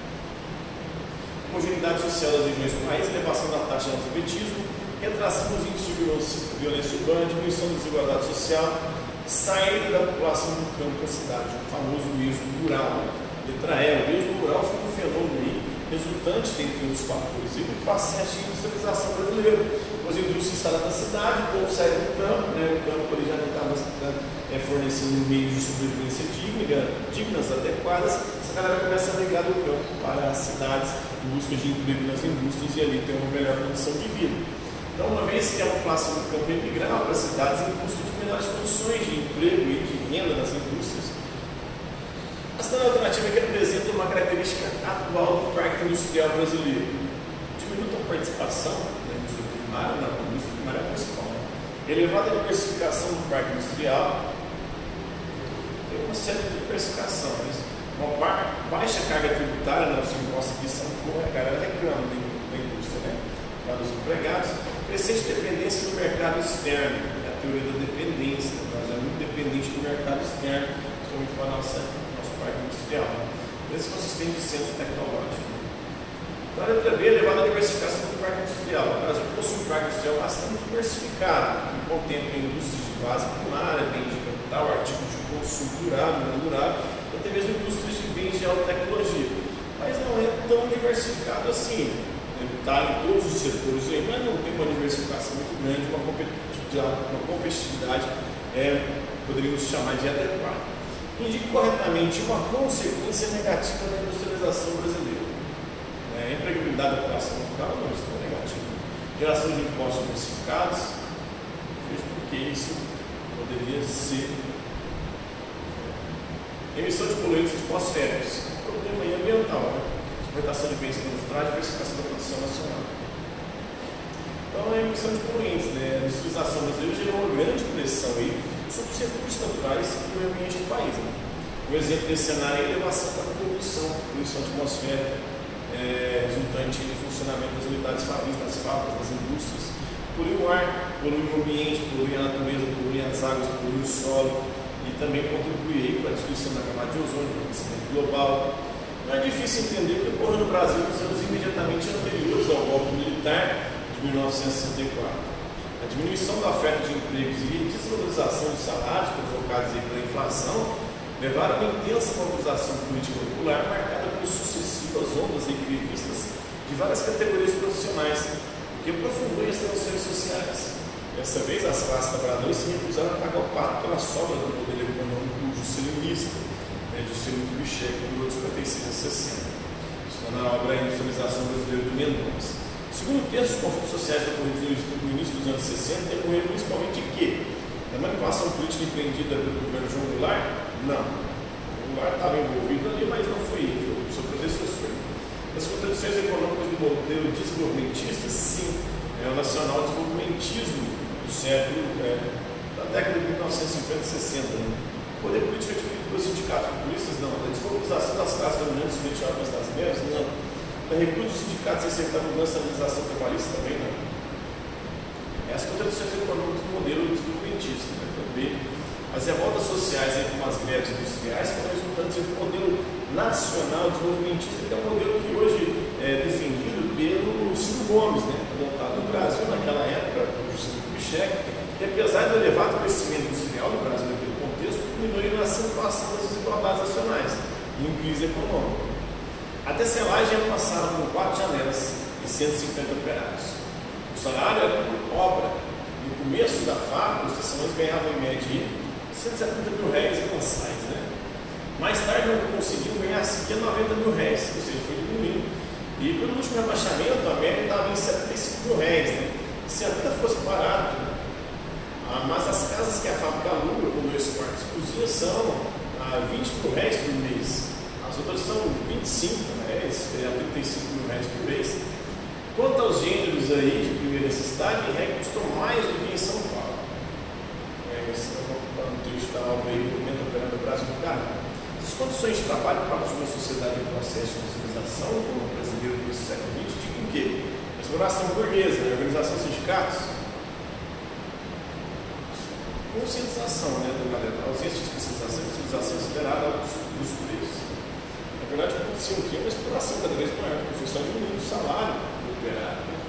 S1: Homogeneidade social das regiões do país, elevação da taxa de analfabetismo, retração dos índices de violência urbana, diminuição da desigualdade social, saída da população do campo para a cidade, o famoso êxodo rural. Letra E, o êxodo rural foi um fenômeno aí, resultante, dentre outros fatores, do processo de industrialização brasileira. As indústrias instaladas na cidade, o povo sai do campo, né? O campo ele já não estava fornecendo meios de sobrevivência dignas, adequadas. Essa galera começa a migrar do campo para as cidades em busca de emprego nas indústrias e ali ter uma melhor condição de vida. Então, uma vez que a população do campo emigrava para as cidades em busca de melhores condições de emprego e de renda nas indústrias, a cidade alternativa que apresenta uma característica atual do parque industrial brasileiro. Diminui a participação da indústria primária, na indústria primária principal. Elevada diversificação do parque industrial, uma certa diversificação. Uma baixa carga tributária, né, os impostos aqui são boa, a galera reclama da indústria, né, para os empregados. Crescente dependência do mercado externo, é a teoria da dependência, nós é muito dependente do mercado externo, principalmente para nosso parque industrial. Esse consistente de centro tecnológico. Então, a letra B, elevada diversificação do parque industrial. O Brasil possui um parque industrial bastante diversificado, que contempla indústrias de base primária, bens de capital, artigos de consumo durável, não durável, e até mesmo indústrias de bens de alta tecnologia. Mas não é tão diversificado assim. Está em todos os setores aí, mas não tem uma diversificação muito grande, uma competitividade, poderíamos chamar de adequada. Indica corretamente uma consequência negativa da industrialização brasileira. A empregabilidade da população local não está negativa. Geração de impostos diversificados, vejo porque isso poderia ser. Emissão de poluentes atmosféricos, problema aí ambiental, né? Exportação de bens industriais, diversificação da produção nacional. Então, a emissão de poluentes, né? A industrialização brasileira gerou uma grande pressão aí sobre os recursos naturais e o meio ambiente do país. Né? Um exemplo desse cenário é a elevação da poluição atmosférica, resultante do funcionamento das unidades fabris, das fábricas, das indústrias. Polui o ar, polui o ambiente, polui a natureza, polui as águas, polui o solo e também contribui para a destruição da camada de ozônio, para o aquecimento global. Não é difícil entender o que ocorreu no Brasil nos anos imediatamente anteriores ao golpe militar de 1964. A diminuição da oferta de empregos e a desvalorização dos salários provocados pela inflação levaram a uma intensa mobilização política popular marcada por sucessivas ondas grevistas de várias categorias profissionais, que aprofundou as tensões sociais. Dessa vez, as classes trabalhadoras se recusaram a pagar o pato pela sobra do modelo econômico juscelinista, de Juscelino Kubitschek, em 1956 e 60. Isso na obra A Industrialização Brasileira do Mendonça. Segundo o texto, os conflitos sociais ocorridos no início dos anos 60 decorreram principalmente de quê? Da manipulação política empreendida pelo governo João Goulart? Não. O Goulart estava envolvido ali, mas não foi ele, foi o seu predecessor. As contradições econômicas do modelo desenvolvimentista, sim, é o nacional desenvolvimentismo do século, da década de 1950 e 60. Né? O poder político adquirido pelos sindicatos populistas? Não. A desvalorização das classes dominantes frente à classe das médias? Não. A recusa dos sindicatos em aceitar a mudança da legislação trabalhista? Também não. As contradições econômicas do modelo desenvolvimentista, né? Também. As revoltas sociais, como as greves industriais, foram resultantes do modelo nacional desenvolvimentista, que é um modelo que hoje é defendido pelo Ciro Gomes, né? Adotado no Brasil naquela época, pelo Juscelino Kubitschek, que apesar do elevado crescimento industrial no Brasil naquele contexto, diminuiu na acentuação das desigualdades nacionais e em crise econômica. A tecelagem é passada por 4 janelas e 150 operários. O salário era por obra. No começo da fábrica, os tecelões ganhavam em média R$170 mil mensais. Né? Mais tarde, não conseguiam ganhar sequer R$90 mil, ou seja, foi diminuindo. E pelo último rebaixamento, a média estava em R$75 mil. Né? Se a vida fosse parada, né? Mas as casas que a fábrica aluga, com 2 quartos e cozinha, são R$20 mil por mês. As outras são R$25 mil, R$35 mil por mês. Quanto aos gêneros aí de primeira necessidade, em regra custam mais do que em São Paulo. Esse é um texto da obra aí, Movimento Operário do Brasil do Canadá. As condições de trabalho para uma sociedade em processo de industrialização, como o brasileiro do século XX, indicam que a exploração burguesa, a organização de sindicatos, conscientização, né, da galera, a ausência de especialização e utilização esperada dos preços. Na verdade, acontecia o quê? Uma exploração cada vez maior, porque foi só diminuindo o salário do operário. Né?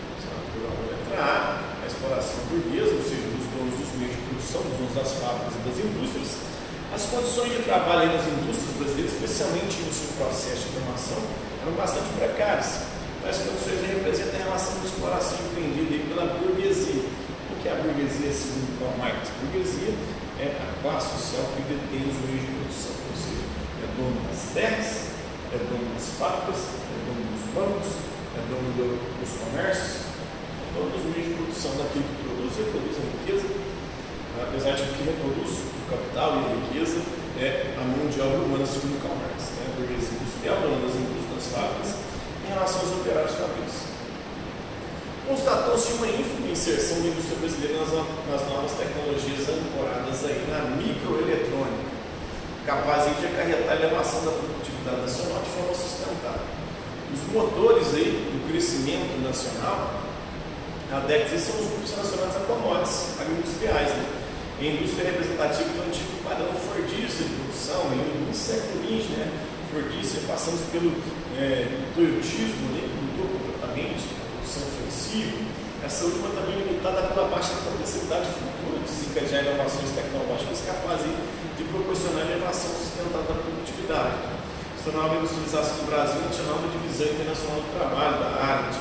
S1: A exploração burguesa, ou seja, dos donos dos meios de produção, dos donos das fábricas e das indústrias, as condições de trabalho nas indústrias brasileiras, especialmente no seu processo de formação, eram bastante precárias. As condições representam a relação de exploração empreendida pela burguesia. O que é a burguesia, segundo Karl Marx? A burguesia é a classe social que detém os meios de produção, ou seja, é dono das terras, é dono das fábricas, é dono dos bancos, é dono dos comércios, é dono dos meios de produção daquilo que produz e reproduz a riqueza. Apesar de que reproduz o capital e a riqueza é a mão de obra humana, segundo Karl Marx. A burguesia industrial, dona das indústrias, das fábricas, em relação aos operários fabris. Constatou-se uma ínfima inserção da indústria brasileira nas novas tecnologias ancoradas aí na microeletrônica. capaz de acarretar a elevação da produtividade nacional de forma sustentável. Os motores aí do crescimento nacional, a década, são os grupos relacionados a commodities agroindustriais. Né? A indústria representativa do antigo padrão fordista de produção, no século XX, né? Fordista, passamos pelo toyotismo, né? Que mudou completamente, a produção flexível. Essa última também limitada pela baixa potencialidade futura de desencadear inovações tecnológicas capazes de proporcionar elevação sustentável da produtividade. Essa nova industrialização do Brasil é a nova divisão internacional do trabalho, da arte.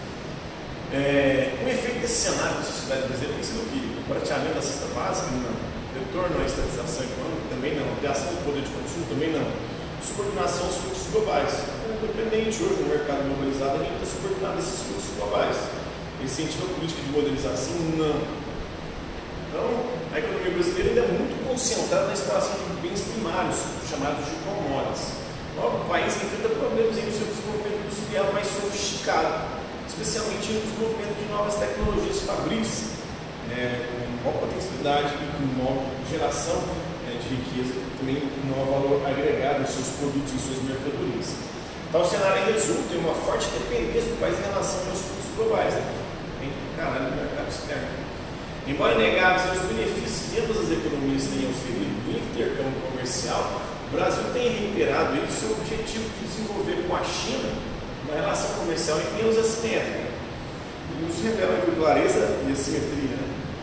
S1: Um efeito desse cenário da sociedade brasileira tem sido o quê? O prateamento da cesta básica? Não. Retorno à estatização econômica? Também não. Ampliação do poder de consumo? Também não. Subordinação aos fluxos globais. Independente hoje no mercado globalizado, a gente está subordinado a esses fluxos globais. Incentiva a política de modernização? Não. Então, a economia brasileira ainda é muito concentrada na exploração de bens primários, chamados de commodities. Logo, o país enfrenta problemas em seu desenvolvimento industrial mais sofisticado, especialmente no desenvolvimento de novas tecnologias fabris, com maior potencialidade e com maior geração de riqueza, também com maior valor agregado em seus produtos e em suas mercadorias. Tal cenário resulta em uma forte dependência do país em relação aos custos globais, no mercado externo. Embora negáveis os benefícios que ambas as economias tenham oferido no intercâmbio comercial, o Brasil tem reiterado o seu objetivo de desenvolver com a China uma relação comercial em menos assimétrica. Nos revela com clareza e assimetria.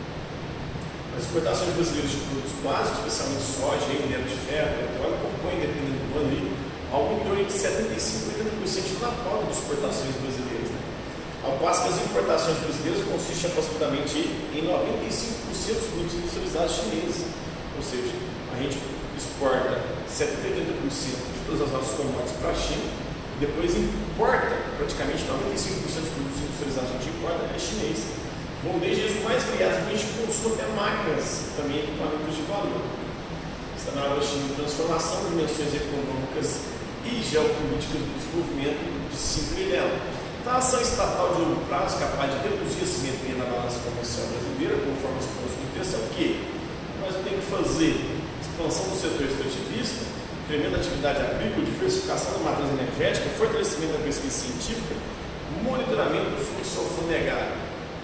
S1: As exportações brasileiras de produtos básicos, especialmente soja, minério de ferro, petróleo, compõem, dependendo do ano, algo em torno de 75% a 80% da pauta de exportações brasileiras. Ao passo que as importações brasileiras consistem aproximadamente em 95% dos produtos industrializados chineses. Ou seja, a gente exporta 70% a 80% de todas as nossas commodities para a China e depois importa praticamente 95% dos produtos industrializados que a gente importa é chinês. Vão desde os mais variados bens de consumo até máquinas, também equipamentos de valor. Está na hora da China de transformação de dimensões econômicas e geopolíticas do desenvolvimento de 5 trilhão. Então, a ação estatal de longo prazo capaz de reduzir a simetria na balança comercial brasileira, conforme as propostas do texto, é o quê? Nós temos que fazer expansão do setor extrativista, incremento da atividade agrícola, diversificação da matriz energética, fortalecimento da pesquisa científica, monitoramento do fluxo alfandegário.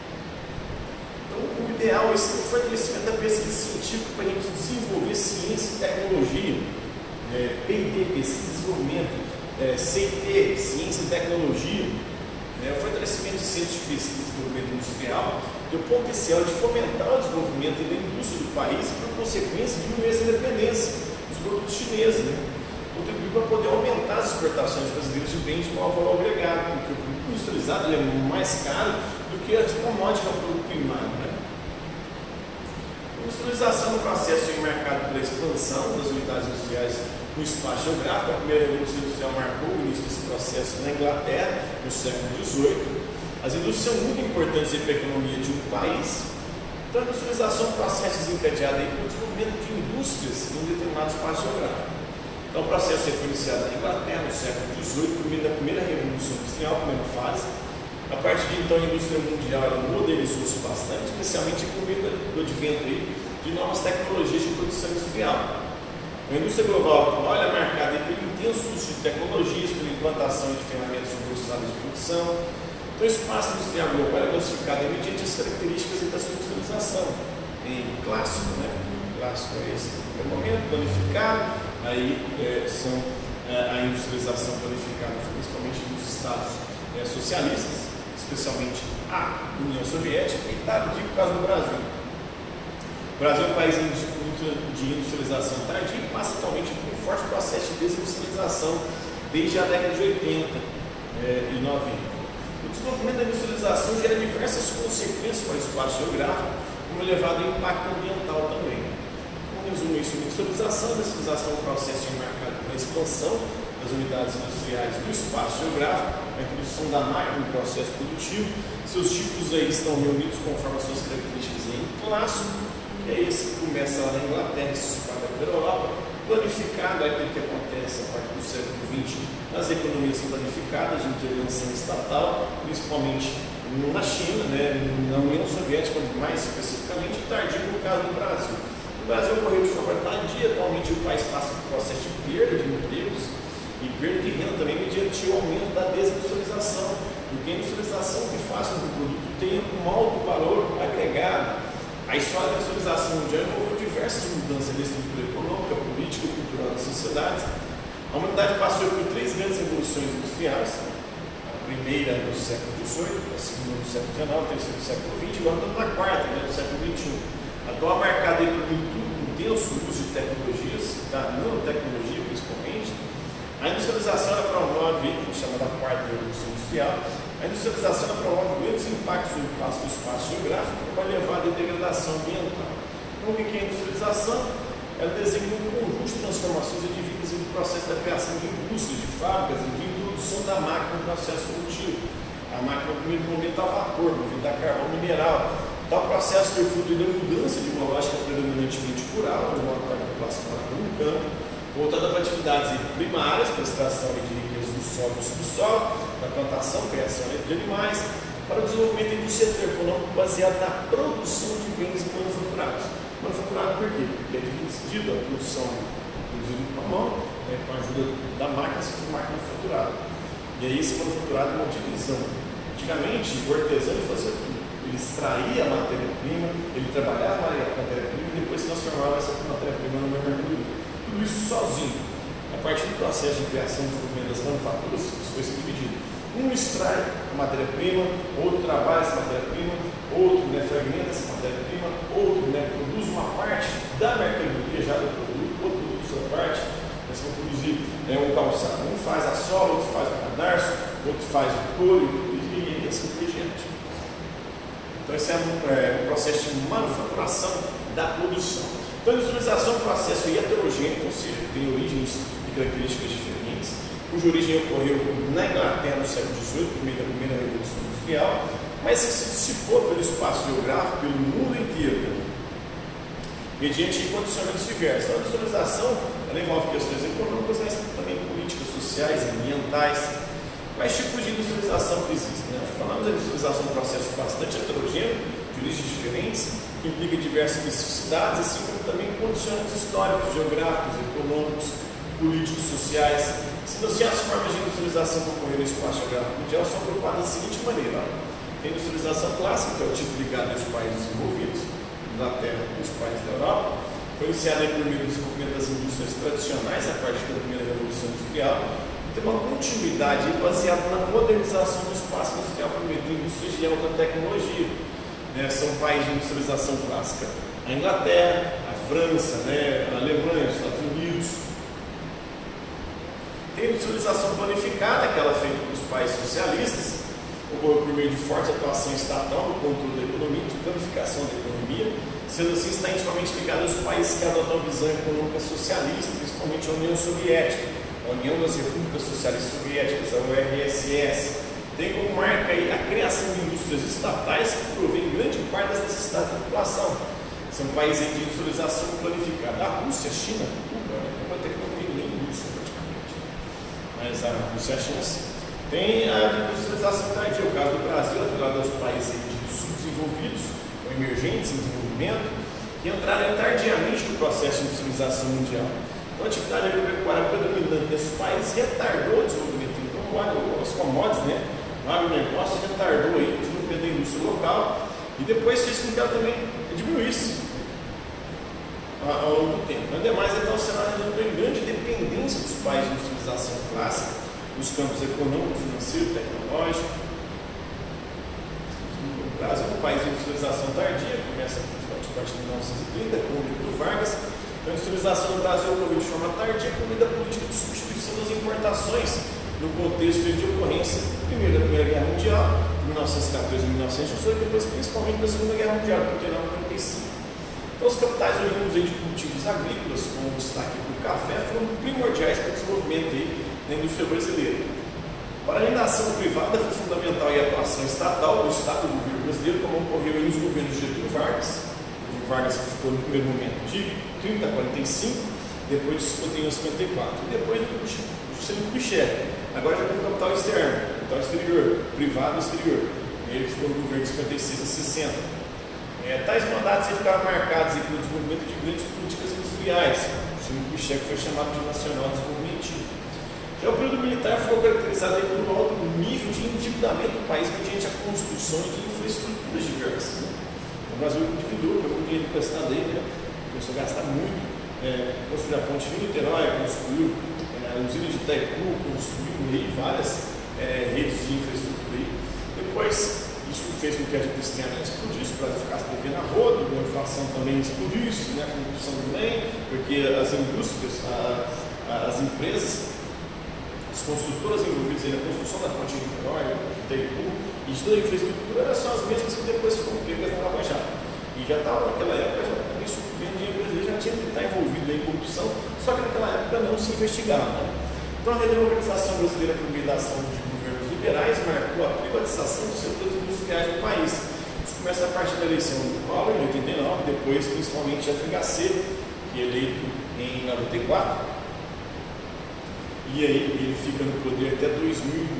S1: Então, o ideal é esse fortalecimento da pesquisa científica para a gente desenvolver ciência e tecnologia, P&D, pesquisa e desenvolvimento, CIT, ciência e tecnologia, o fortalecimento de centros de pesquisa e desenvolvimento industrial tem o potencial de fomentar o desenvolvimento da indústria do país e, por consequência, diminuir essa dependência dos produtos chineses, contribuir para poder aumentar as exportações brasileiras de bens de maior valor agregado, porque o produto industrializado é mais caro do que a commodity, que é o produto primário. A industrialização no processo em mercado pela expansão das unidades industriais no espaço geográfico. A primeira revolução industrial marcou o início desse processo na Inglaterra, no século XVIII. As indústrias são muito importantes para a economia de um país. Então, a industrialização é um processo desencadeado pelo desenvolvimento de indústrias em um determinado espaço geográfico. Então, o processo foi iniciado na Inglaterra, no século XVIII, por meio da primeira revolução industrial, primeira fase. A partir de então, a indústria mundial modernizou-se bastante, especialmente por meio do advento de novas tecnologias de produção industrial. A indústria global olha marcada pelo intenso uso de tecnologias, pela implantação de ferramentas robustizadas de produção. Então, o espaço industrial global é classificado mediante as características da sua industrialização. Em clássico, clássico é esse momento, planificado, aí são a industrialização planificada, principalmente nos estados socialistas, especialmente a União Soviética, e está aqui por causa do Brasil. O Brasil é um país em disputa de industrialização tardia e passa atualmente por um forte processo de desindustrialização desde a década de 80 e 90. O desenvolvimento da industrialização gera diversas consequências para o espaço geográfico, como elevado impacto ambiental também. Como resumo isso, a industrialização é um processo de mercado para a expansão das unidades industriais no espaço geográfico, a introdução da máquina no processo produtivo. Seus tipos aí estão reunidos conforme as suas características em clássico, que é esse que começa lá na Inglaterra e se espalha pela Europa, planificado, aquilo que acontece a partir do século XX, nas economias planificadas de intervenção estatal, principalmente na China, na União Soviética, mais especificamente, tardio no caso do Brasil. No Brasil ocorreu de forma tardia. Atualmente o país passa por um processo de perda de empregos e perda de renda também mediante o aumento da desindustrialização, porque a industrialização que faz com que o produto tenha um alto valor agregado. A história da industrialização mundial envolveu diversas mudanças na estrutura econômica, política e cultural das sociedades. A humanidade passou por 3 grandes revoluções industriais: a primeira no século XVIII, a segunda no século XIX, a terceira no século XX, agora estamos na quarta, no século XXI. Atual marcada por um intenso uso de tecnologias, da nanotecnologia principalmente. A industrialização ela promove, chamada quarta revolução industrial, a industrialização ela promove grandes impactos no espaço geográfico com uma elevada degradação ambiental. Então, o que é a industrialização? Ela designa um conjunto de transformações advindas do processo da criação de indústrias, de fábricas e de introdução da máquina no processo produtivo. A máquina, no primeiro momento, a vapor, movida a carvão mineral. Tal processo foi fruto da mudança de uma lógica predominantemente rural, onde uma parte da população morava no campo, voltada para atividades primárias, para extração de riquezas do solo e do subsolo, da plantação, criação de animais, para o desenvolvimento do setor econômico baseado na produção de bens manufaturados. Manufaturado por quê? Porque é dividido a produção produzida com a mão, com a ajuda da máquina, se for máquina faturada. E aí esse manufaturado é uma divisão. Antigamente, o artesão fazia tudo. Ele extraía a matéria-prima, ele trabalhava a matéria-prima e depois transformava essa matéria-prima numa mercadoria. Tudo isso sozinho. A partir do processo de criação e desenvolvimento das manufaturas, isso foi se dividido. Um extrai a matéria-prima, outro trabalha essa matéria-prima, outro fragmenta essa matéria-prima, outro produz uma parte da mercadoria já do produto, outro produz outra parte. Nós vamos produzir um calçado. Um faz a sola, outro faz o cadarço, outro faz o couro e assim por diante. Então, esse é um processo de manufaturação da produção. Então, a industrialização é um processo heterogêneo, ou seja, tem origens e características diferentes, cuja origem ocorreu na Inglaterra no século XVIII, por meio da primeira Revolução Industrial, mas que se dissipou pelo espaço geográfico, pelo mundo inteiro, mediante condicionamentos diversos. Então, a industrialização ela envolve questões econômicas, mas também políticas, sociais, ambientais. Quais tipos de industrialização que existem? Nós falamos da industrialização um processo bastante heterogêneo, de origens diferentes, que implica diversas especificidades, assim como também condicionamentos históricos, geográficos, econômicos, políticos, sociais. Se as formas de industrialização que ocorreram no espaço geográfico mundial são agrupadas da seguinte maneira: tem a industrialização clássica, que é o tipo ligado aos países desenvolvidos, Inglaterra e os países da Europa. Foi iniciada por meio do desenvolvimento das indústrias tradicionais, a partir da primeira Revolução Industrial. Tem uma continuidade baseada na modernização do espaço industrial por meio de indústrias de alta tecnologia. São países de industrialização clássica: a Inglaterra, a França, a Alemanha, os Estados Unidos. Tem a industrialização planificada, aquela feita pelos países socialistas, ocorreu por meio de forte atuação estatal no controle da economia, de planificação da economia, sendo assim está intimamente ligado aos países que adotam a visão econômica socialista, principalmente a União Soviética, a União das Repúblicas Socialistas Soviéticas, a URSS. Tem como marca aí a criação de indústrias estatais que provém grande parte das necessidades da população. São países de industrialização planificada. A Rússia, a China, Cuba, não vai ter que ter nem indústria praticamente. Mas a Rússia e a China sim. Tem a industrialização tardia, o caso do Brasil, atrelado aos países subdesenvolvidos ou emergentes em desenvolvimento, que entraram tardiamente no processo de industrialização mundial. Então, a atividade agropecuária predominante desses países retardou o desenvolvimento. Então, as commodities, o agronegócio retardou aí o desenvolvimento da indústria local e depois fez com que ela também diminuísse ao longo do tempo. Ademais, então, o cenário resultou em grande dependência dos países de industrialização clássica, nos campos econômico, financeiro, tecnológico. O Brasil é um país de industrialização tardia, começa a partir de 1930, com o Getúlio Vargas. A industrialização no Brasil ocorreu de forma tardia por meio da política de substituição das importações no contexto de ocorrência, primeiro da Primeira Guerra Mundial, 1914 e 1918, depois principalmente da Segunda Guerra Mundial, 1945. Então, os capitais oriundos de cultivos agrícolas, com destaque do café, foram primordiais para o desenvolvimento da indústria brasileira. Para além da ação privada, foi fundamental a atuação estatal do Estado do governo brasileiro, como ocorreu nos governos de Getúlio Vargas. Vargas ficou no primeiro momento de 30 a 45, depois de 51 a 54, e depois do Juscelino Kubitschek. Agora já tem o capital externo, capital exterior, privado exterior. Ele ficou no governo de 56 a 60. Tais mandatos ficaram marcados pelo desenvolvimento de grandes políticas industriais. O segundo Kubitschek foi chamado de nacional desenvolvimentismo. Já o período militar foi caracterizado pelo alto nível de endividamento do país mediante a construção de infraestruturas diversas. O Brasil endividou, pegou dinheiro emprestado aí, começou a gastar muito, construiu a ponte de Niterói, construiu a usina de Itaipu, construiu aí várias redes de infraestrutura aí. Depois, isso fez com que a dívida externa explodisse, o Brasil ficasse devendo a rodo, a inflação também explodisse, a corrupção também, porque as indústrias, as empresas, as construtoras envolvidas na construção da ponte de Niterói, de Itaipu e de toda a infraestrutura eram só as mesmas que depois foram pegas na Lava Jato. E já estava naquela época, já também o governo brasileiro já tinha que estar envolvido em corrupção, só que naquela época não se investigava. Então a redemocratização brasileira por meio da ação de governos liberais marcou a privatização dos setores industriais do país. Isso começa a partir da eleição do Collor em 89, depois principalmente a FHC, que é eleito em 94. E aí ele fica no poder até 2002.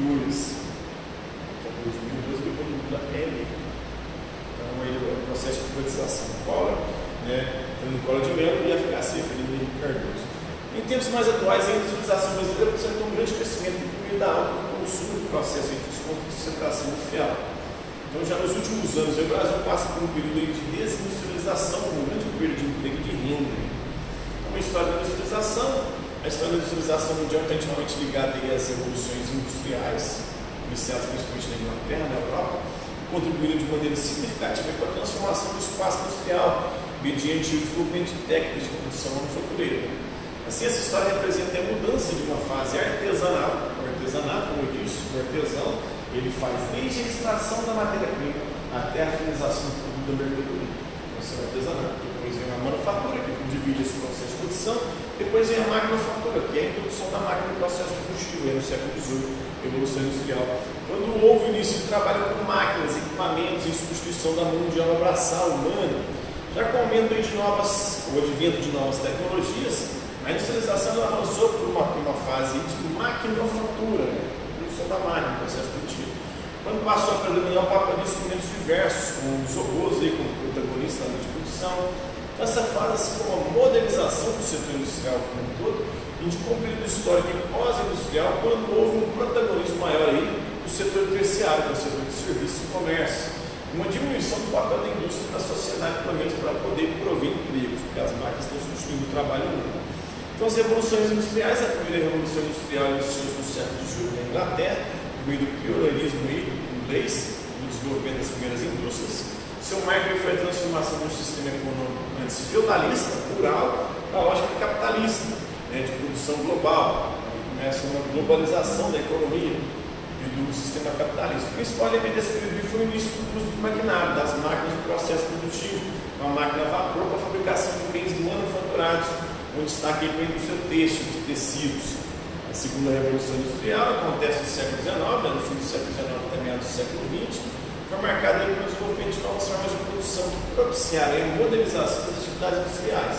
S1: Até 2002 ele foi Lula eleito. Então ele é o processo de privatização. Collor, Fernando Collor de Mello e a FHC, Fernando Henrique Cardoso. Em tempos mais atuais, a industrialização brasileira apresentou um grande crescimento por meio da alta do consumo do processo de concentração industrial. Então já nos últimos anos o Brasil passa por um período de desindustrialização, um grande período de emprego e de renda. Então a história da industrialização. A história da industrialização mundial está intimamente ligada às revoluções industriais, iniciadas principalmente na Inglaterra, na Europa, que contribuíram de maneira significativa para a transformação do espaço industrial, mediante o desenvolvimento de técnicas de produção manufatureira. Assim, essa história representa a mudança de uma fase artesanal. O artesanato, como eu disse, o artesão, ele faz desde a extração da matéria-prima até a finalização do produto da mercadoria. Esse é o artesanato. Depois vem a manufatura, que divide esse processo de produção. Depois vem a maquinofatura, que é a introdução da máquina no processo produtivo, no século XVIII, Revolução Industrial. Quando houve o início de trabalho com máquinas, equipamentos em substituição da mão de obra braçal humana, já com o aumento de o advento de novas tecnologias, a industrialização avançou por uma fase de maquinofatura, produção da máquina, processo produtivo. Quando passou a predominar o papel de instrumentos diversos, como os robôs como protagonista de produção. Essa fase, assim como a modernização do setor industrial como um todo, indicou um período histórico pós-industrial, quando houve um protagonismo maior do setor terciário, do setor de serviços e comércio. Uma diminuição do papel da indústria na sociedade, pelo menos para poder prover empregos, porque as máquinas estão substituindo o trabalho humano. Então, as revoluções industriais, a primeira revolução industrial iniciou no século XVIII na Inglaterra, por meio do pioneirismo inglês, do desenvolvimento das primeiras indústrias. Seu marco foi a transformação de um sistema econômico antes feudalista, rural, para a lógica capitalista, de produção global. Começa uma globalização da economia e do sistema capitalista. O principal elemento desse período foi o início do uso do maquinário, das máquinas do processo produtivo, uma máquina a vapor para a fabricação de bens manufaturados, com destaque para a indústria têxtil, de tecidos. A segunda revolução industrial acontece no século XIX, no fim do século XIX até meados do século XX, foi marcada pelo desenvolvimento de novas formas de produção que propiciaram a modernização das atividades industriais.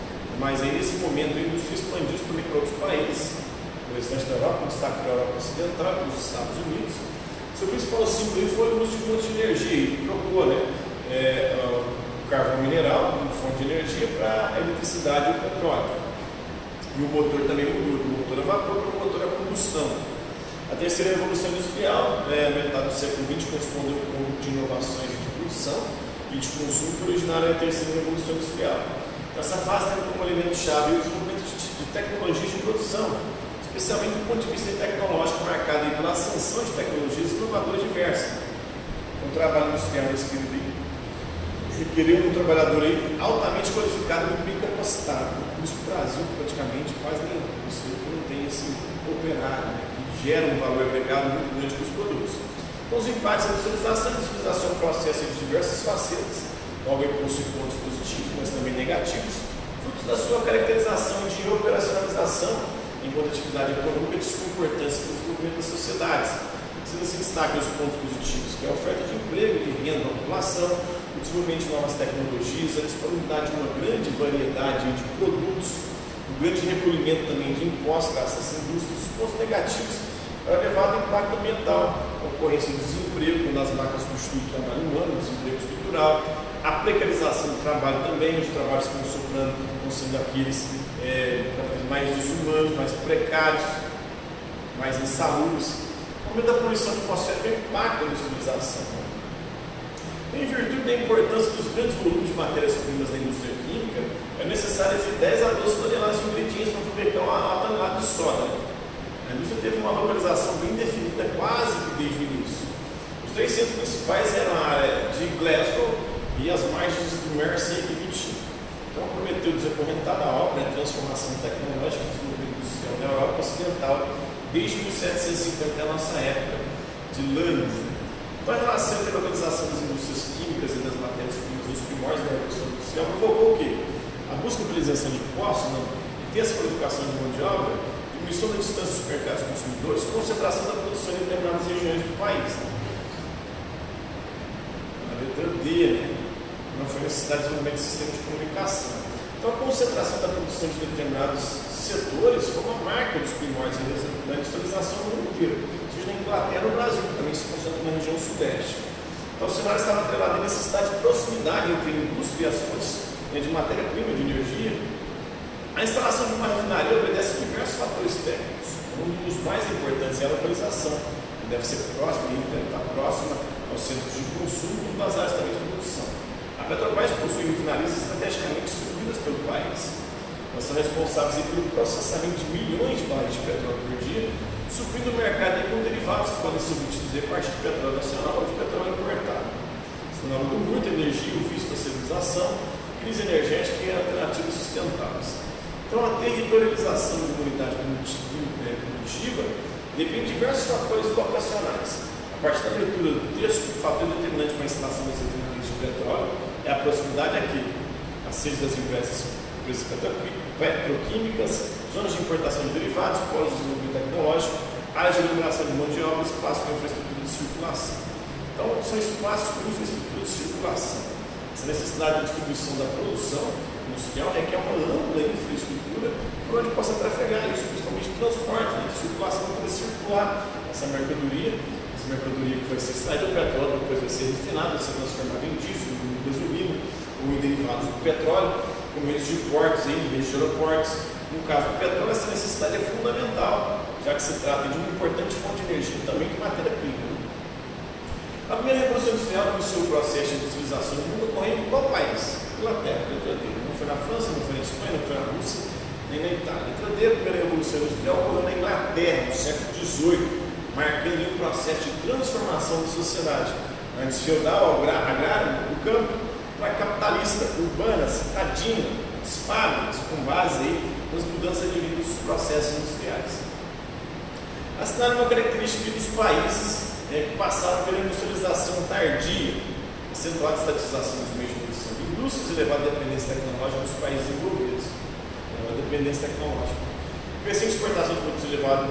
S1: Mas aí, nesse momento, a indústria expandiu-se também para outros países, no restante da Europa, com destaque para a Europa Ocidental e para os Estados Unidos. Seu principal símbolo foi o uso de fontes de energia, e trocou o carvão mineral como fonte de energia para a eletricidade e o petróleo. E o motor também mudou, do motor a vapor para o motor a combustão. A terceira revolução industrial, metade do século XX, correspondeu com um conjunto de inovações de produção e de consumo que originaram a terceira revolução industrial. Então, essa fase tem como elemento-chave o desenvolvimento de tecnologias de produção, especialmente do ponto de vista tecnológico, marcado pela ascensão de tecnologias inovadoras diversas. O trabalho industrial nesse período requeriu um trabalhador altamente qualificado e bem capacitado. Por isso, o Brasil, praticamente, quase nenhum. Isso não tem esse operário, que gera um valor agregado muito grande para os produtos. Então, os impactos da industrialização é um processo de diversas facetas, logo possui pontos positivos, mas também negativos, frutos da sua caracterização de operacionalização enquanto atividade econômica de sua importância para o desenvolvimento das sociedades. Se destaca os pontos positivos, que é a oferta de emprego, de renda à população, o desenvolvimento de novas tecnologias, a disponibilidade de uma grande variedade de produtos, o grande recolhimento também de impostos para essas indústrias. Os pontos negativos é o elevado impacto ambiental, a ocorrência do desemprego, quando as máquinas substituem o trabalho humano, o desemprego estrutural, a precarização do trabalho também, os trabalhos que estão sobrando estão sendo aqueles cada vez mais desumanos, mais precários, mais insalubres. O aumento da poluição atmosférica impacta a industrialização. Em virtude da importância dos grandes volumes de matérias-primas da indústria química, é necessário de 10 a 12 toneladas de ingredientes para fabricar uma tonelada de soda. A indústria teve uma localização bem definida quase que desde o início. Os 3 centros principais eram a área de Glasgow e as margens do Mersey e Vichy. Então, prometeu desacorrentar a obra de transformação tecnológica e desenvolvimento industrial na Europa Ocidental desde 1750 até a nossa época de Landes. Então, a relação entre a localização das indústrias químicas e das matérias-primas dos primórdios da Revolução Industrial provocou o quê? A busca pela isenção de impostos, intensa qualificação de mão de obra, diminuição da distância dos mercados consumidores, concentração da produção em determinadas regiões do país. A letra D, não foi necessidade de desenvolvimento de sistema de comunicação. Então, a concentração da produção de determinados setores foi uma marca dos primórdios da industrialização no mundo inteiro, seja na Inglaterra e no Brasil, que também se concentra na região sudeste. Então, o cenário estava atrelado à necessidade de proximidade entre a indústria e as fontes de matéria-prima, de energia. A instalação de uma refinaria obedece a diversos fatores técnicos. Um dos mais importantes é a localização, que deve ser próxima e estar próxima aos centros de consumo e das áreas também de produção. A Petrobras possui refinarias estrategicamente distribuídas pelo país. Elas são responsáveis pelo processamento de milhões de barris de petróleo por dia, suprindo o mercado com derivados que podem ser obtidos a partir de petróleo nacional ou de petróleo importado. Sinalando muita energia, o visto da civilização, crise energética e alternativas sustentáveis. Então, a territorialização de uma unidade produtiva depende de diversos fatores locacionais. A partir da leitura do texto, o fator determinante para a instalação das refinarias de petróleo é a proximidade aqui, a sede das empresas petroquímicas, zonas de importação de derivados, polos de desenvolvimento tecnológico, áreas de iluminação de mão de obra, espaço com infraestrutura de circulação. Então, são espaços com infraestrutura de circulação. Essa necessidade de distribuição da produção industrial requer uma ampla infraestrutura por onde possa trafegar isso, principalmente transporte, circulação para poder circular essa mercadoria que vai ser extraída do petróleo, depois vai ser refinada, vai ser transformada em diesel, em gasolina ou em derivados do petróleo, como meios de portos, em meios de aeroportos. No caso do petróleo, essa necessidade é fundamental, já que se trata de uma importante fonte de energia e também de matéria-prima. A primeira Revolução Industrial iniciou o processo de industrialização do mundo ocorrendo em qual país? Inglaterra, letra D. Não foi na França, não foi na Espanha, não foi na Rússia, nem na Itália. Letra D, a primeira Revolução Industrial ocorreu na Inglaterra, no século XVIII, marcando um processo de transformação da sociedade, antes feudal, agrário, do campo, para capitalista, urbana, citadina, as fábricas, com base aí nas mudanças devido aos processos industriais. Assinaram uma característica dos países que passaram pela industrialização tardia, acentuada a estatização dos meios de produção de indústrias e elevada dependência tecnológica dos países envolvidos. A dependência tecnológica. O crescente exportação de produtos elevados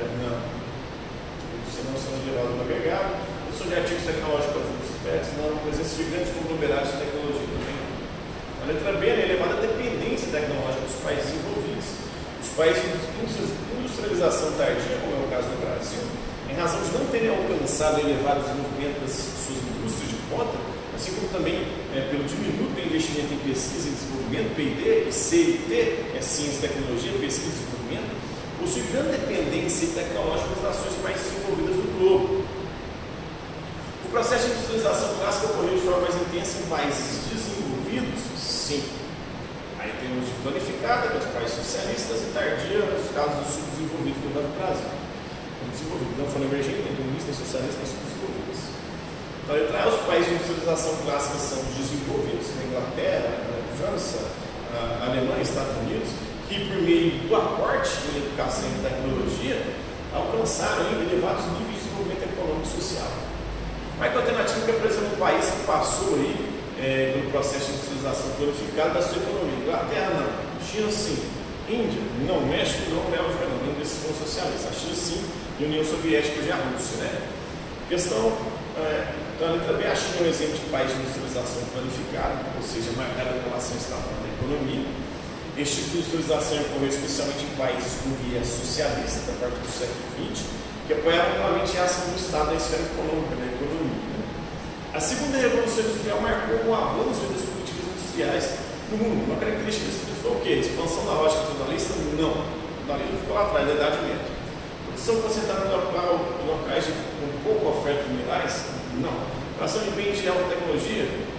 S1: não são elevados no agregado, produção de artigos tecnológicos aspectos, não, presença de grandes conglomerados de tecnologia também. A letra B é a elevada dependência tecnológica dos países envolvidos. Os países de industrialização tardia, como é o caso do Brasil, em razão de não terem alcançado elevado desenvolvimento das suas indústrias de ponta, assim como também pelo diminuto investimento em pesquisa e desenvolvimento, P&D e CIT, Ciência, Tecnologia, Pesquisa e Desenvolvimento, possui grande dependência tecnológica das nações mais desenvolvidas do globo. O processo de industrialização clássica ocorreu de forma mais intensa em países desenvolvidos? Sim. Aí temos de planificada, que é os países socialistas, e tardia, nos casos dos subdesenvolvidos do Brasil. Desenvolvido, não foram emergentes, nem comunistas, nem socialistas, nem subdesenvolvidos. Então, letra A, os países de industrialização clássica são os desenvolvidos, a Inglaterra, a França, a Alemanha, Estados Unidos, que por meio do aporte em educação e tecnologia alcançaram ainda elevados níveis de desenvolvimento econômico e social. Mas que alternativa que apresenta um país que passou aí pelo processo de industrialização planificada da sua economia? Inglaterra não, China sim, Índia não, México não, Bélgica não, nenhum desses são socialistas. A China sim e a União Soviética e a Rússia, né? Questão, então a letra B, a China é um exemplo de país de industrialização planificada, ou seja, marcada pela ação estatal da economia. Este tipo de industrialização ocorreu especialmente em países com viés socialista, a partir do século XX, que apoiaram claramente a ação do Estado na esfera econômica, da economia. A segunda revolução industrial marcou o avanço e industriais no mundo. Uma característica disso foi o quê? Expansão da lógica feudalista? Não. O feudalismo ficou lá atrás, da Idade Média. Produção concentrada em locais com pouca oferta de minerais? Não. Ação de bens de alta tecnologia?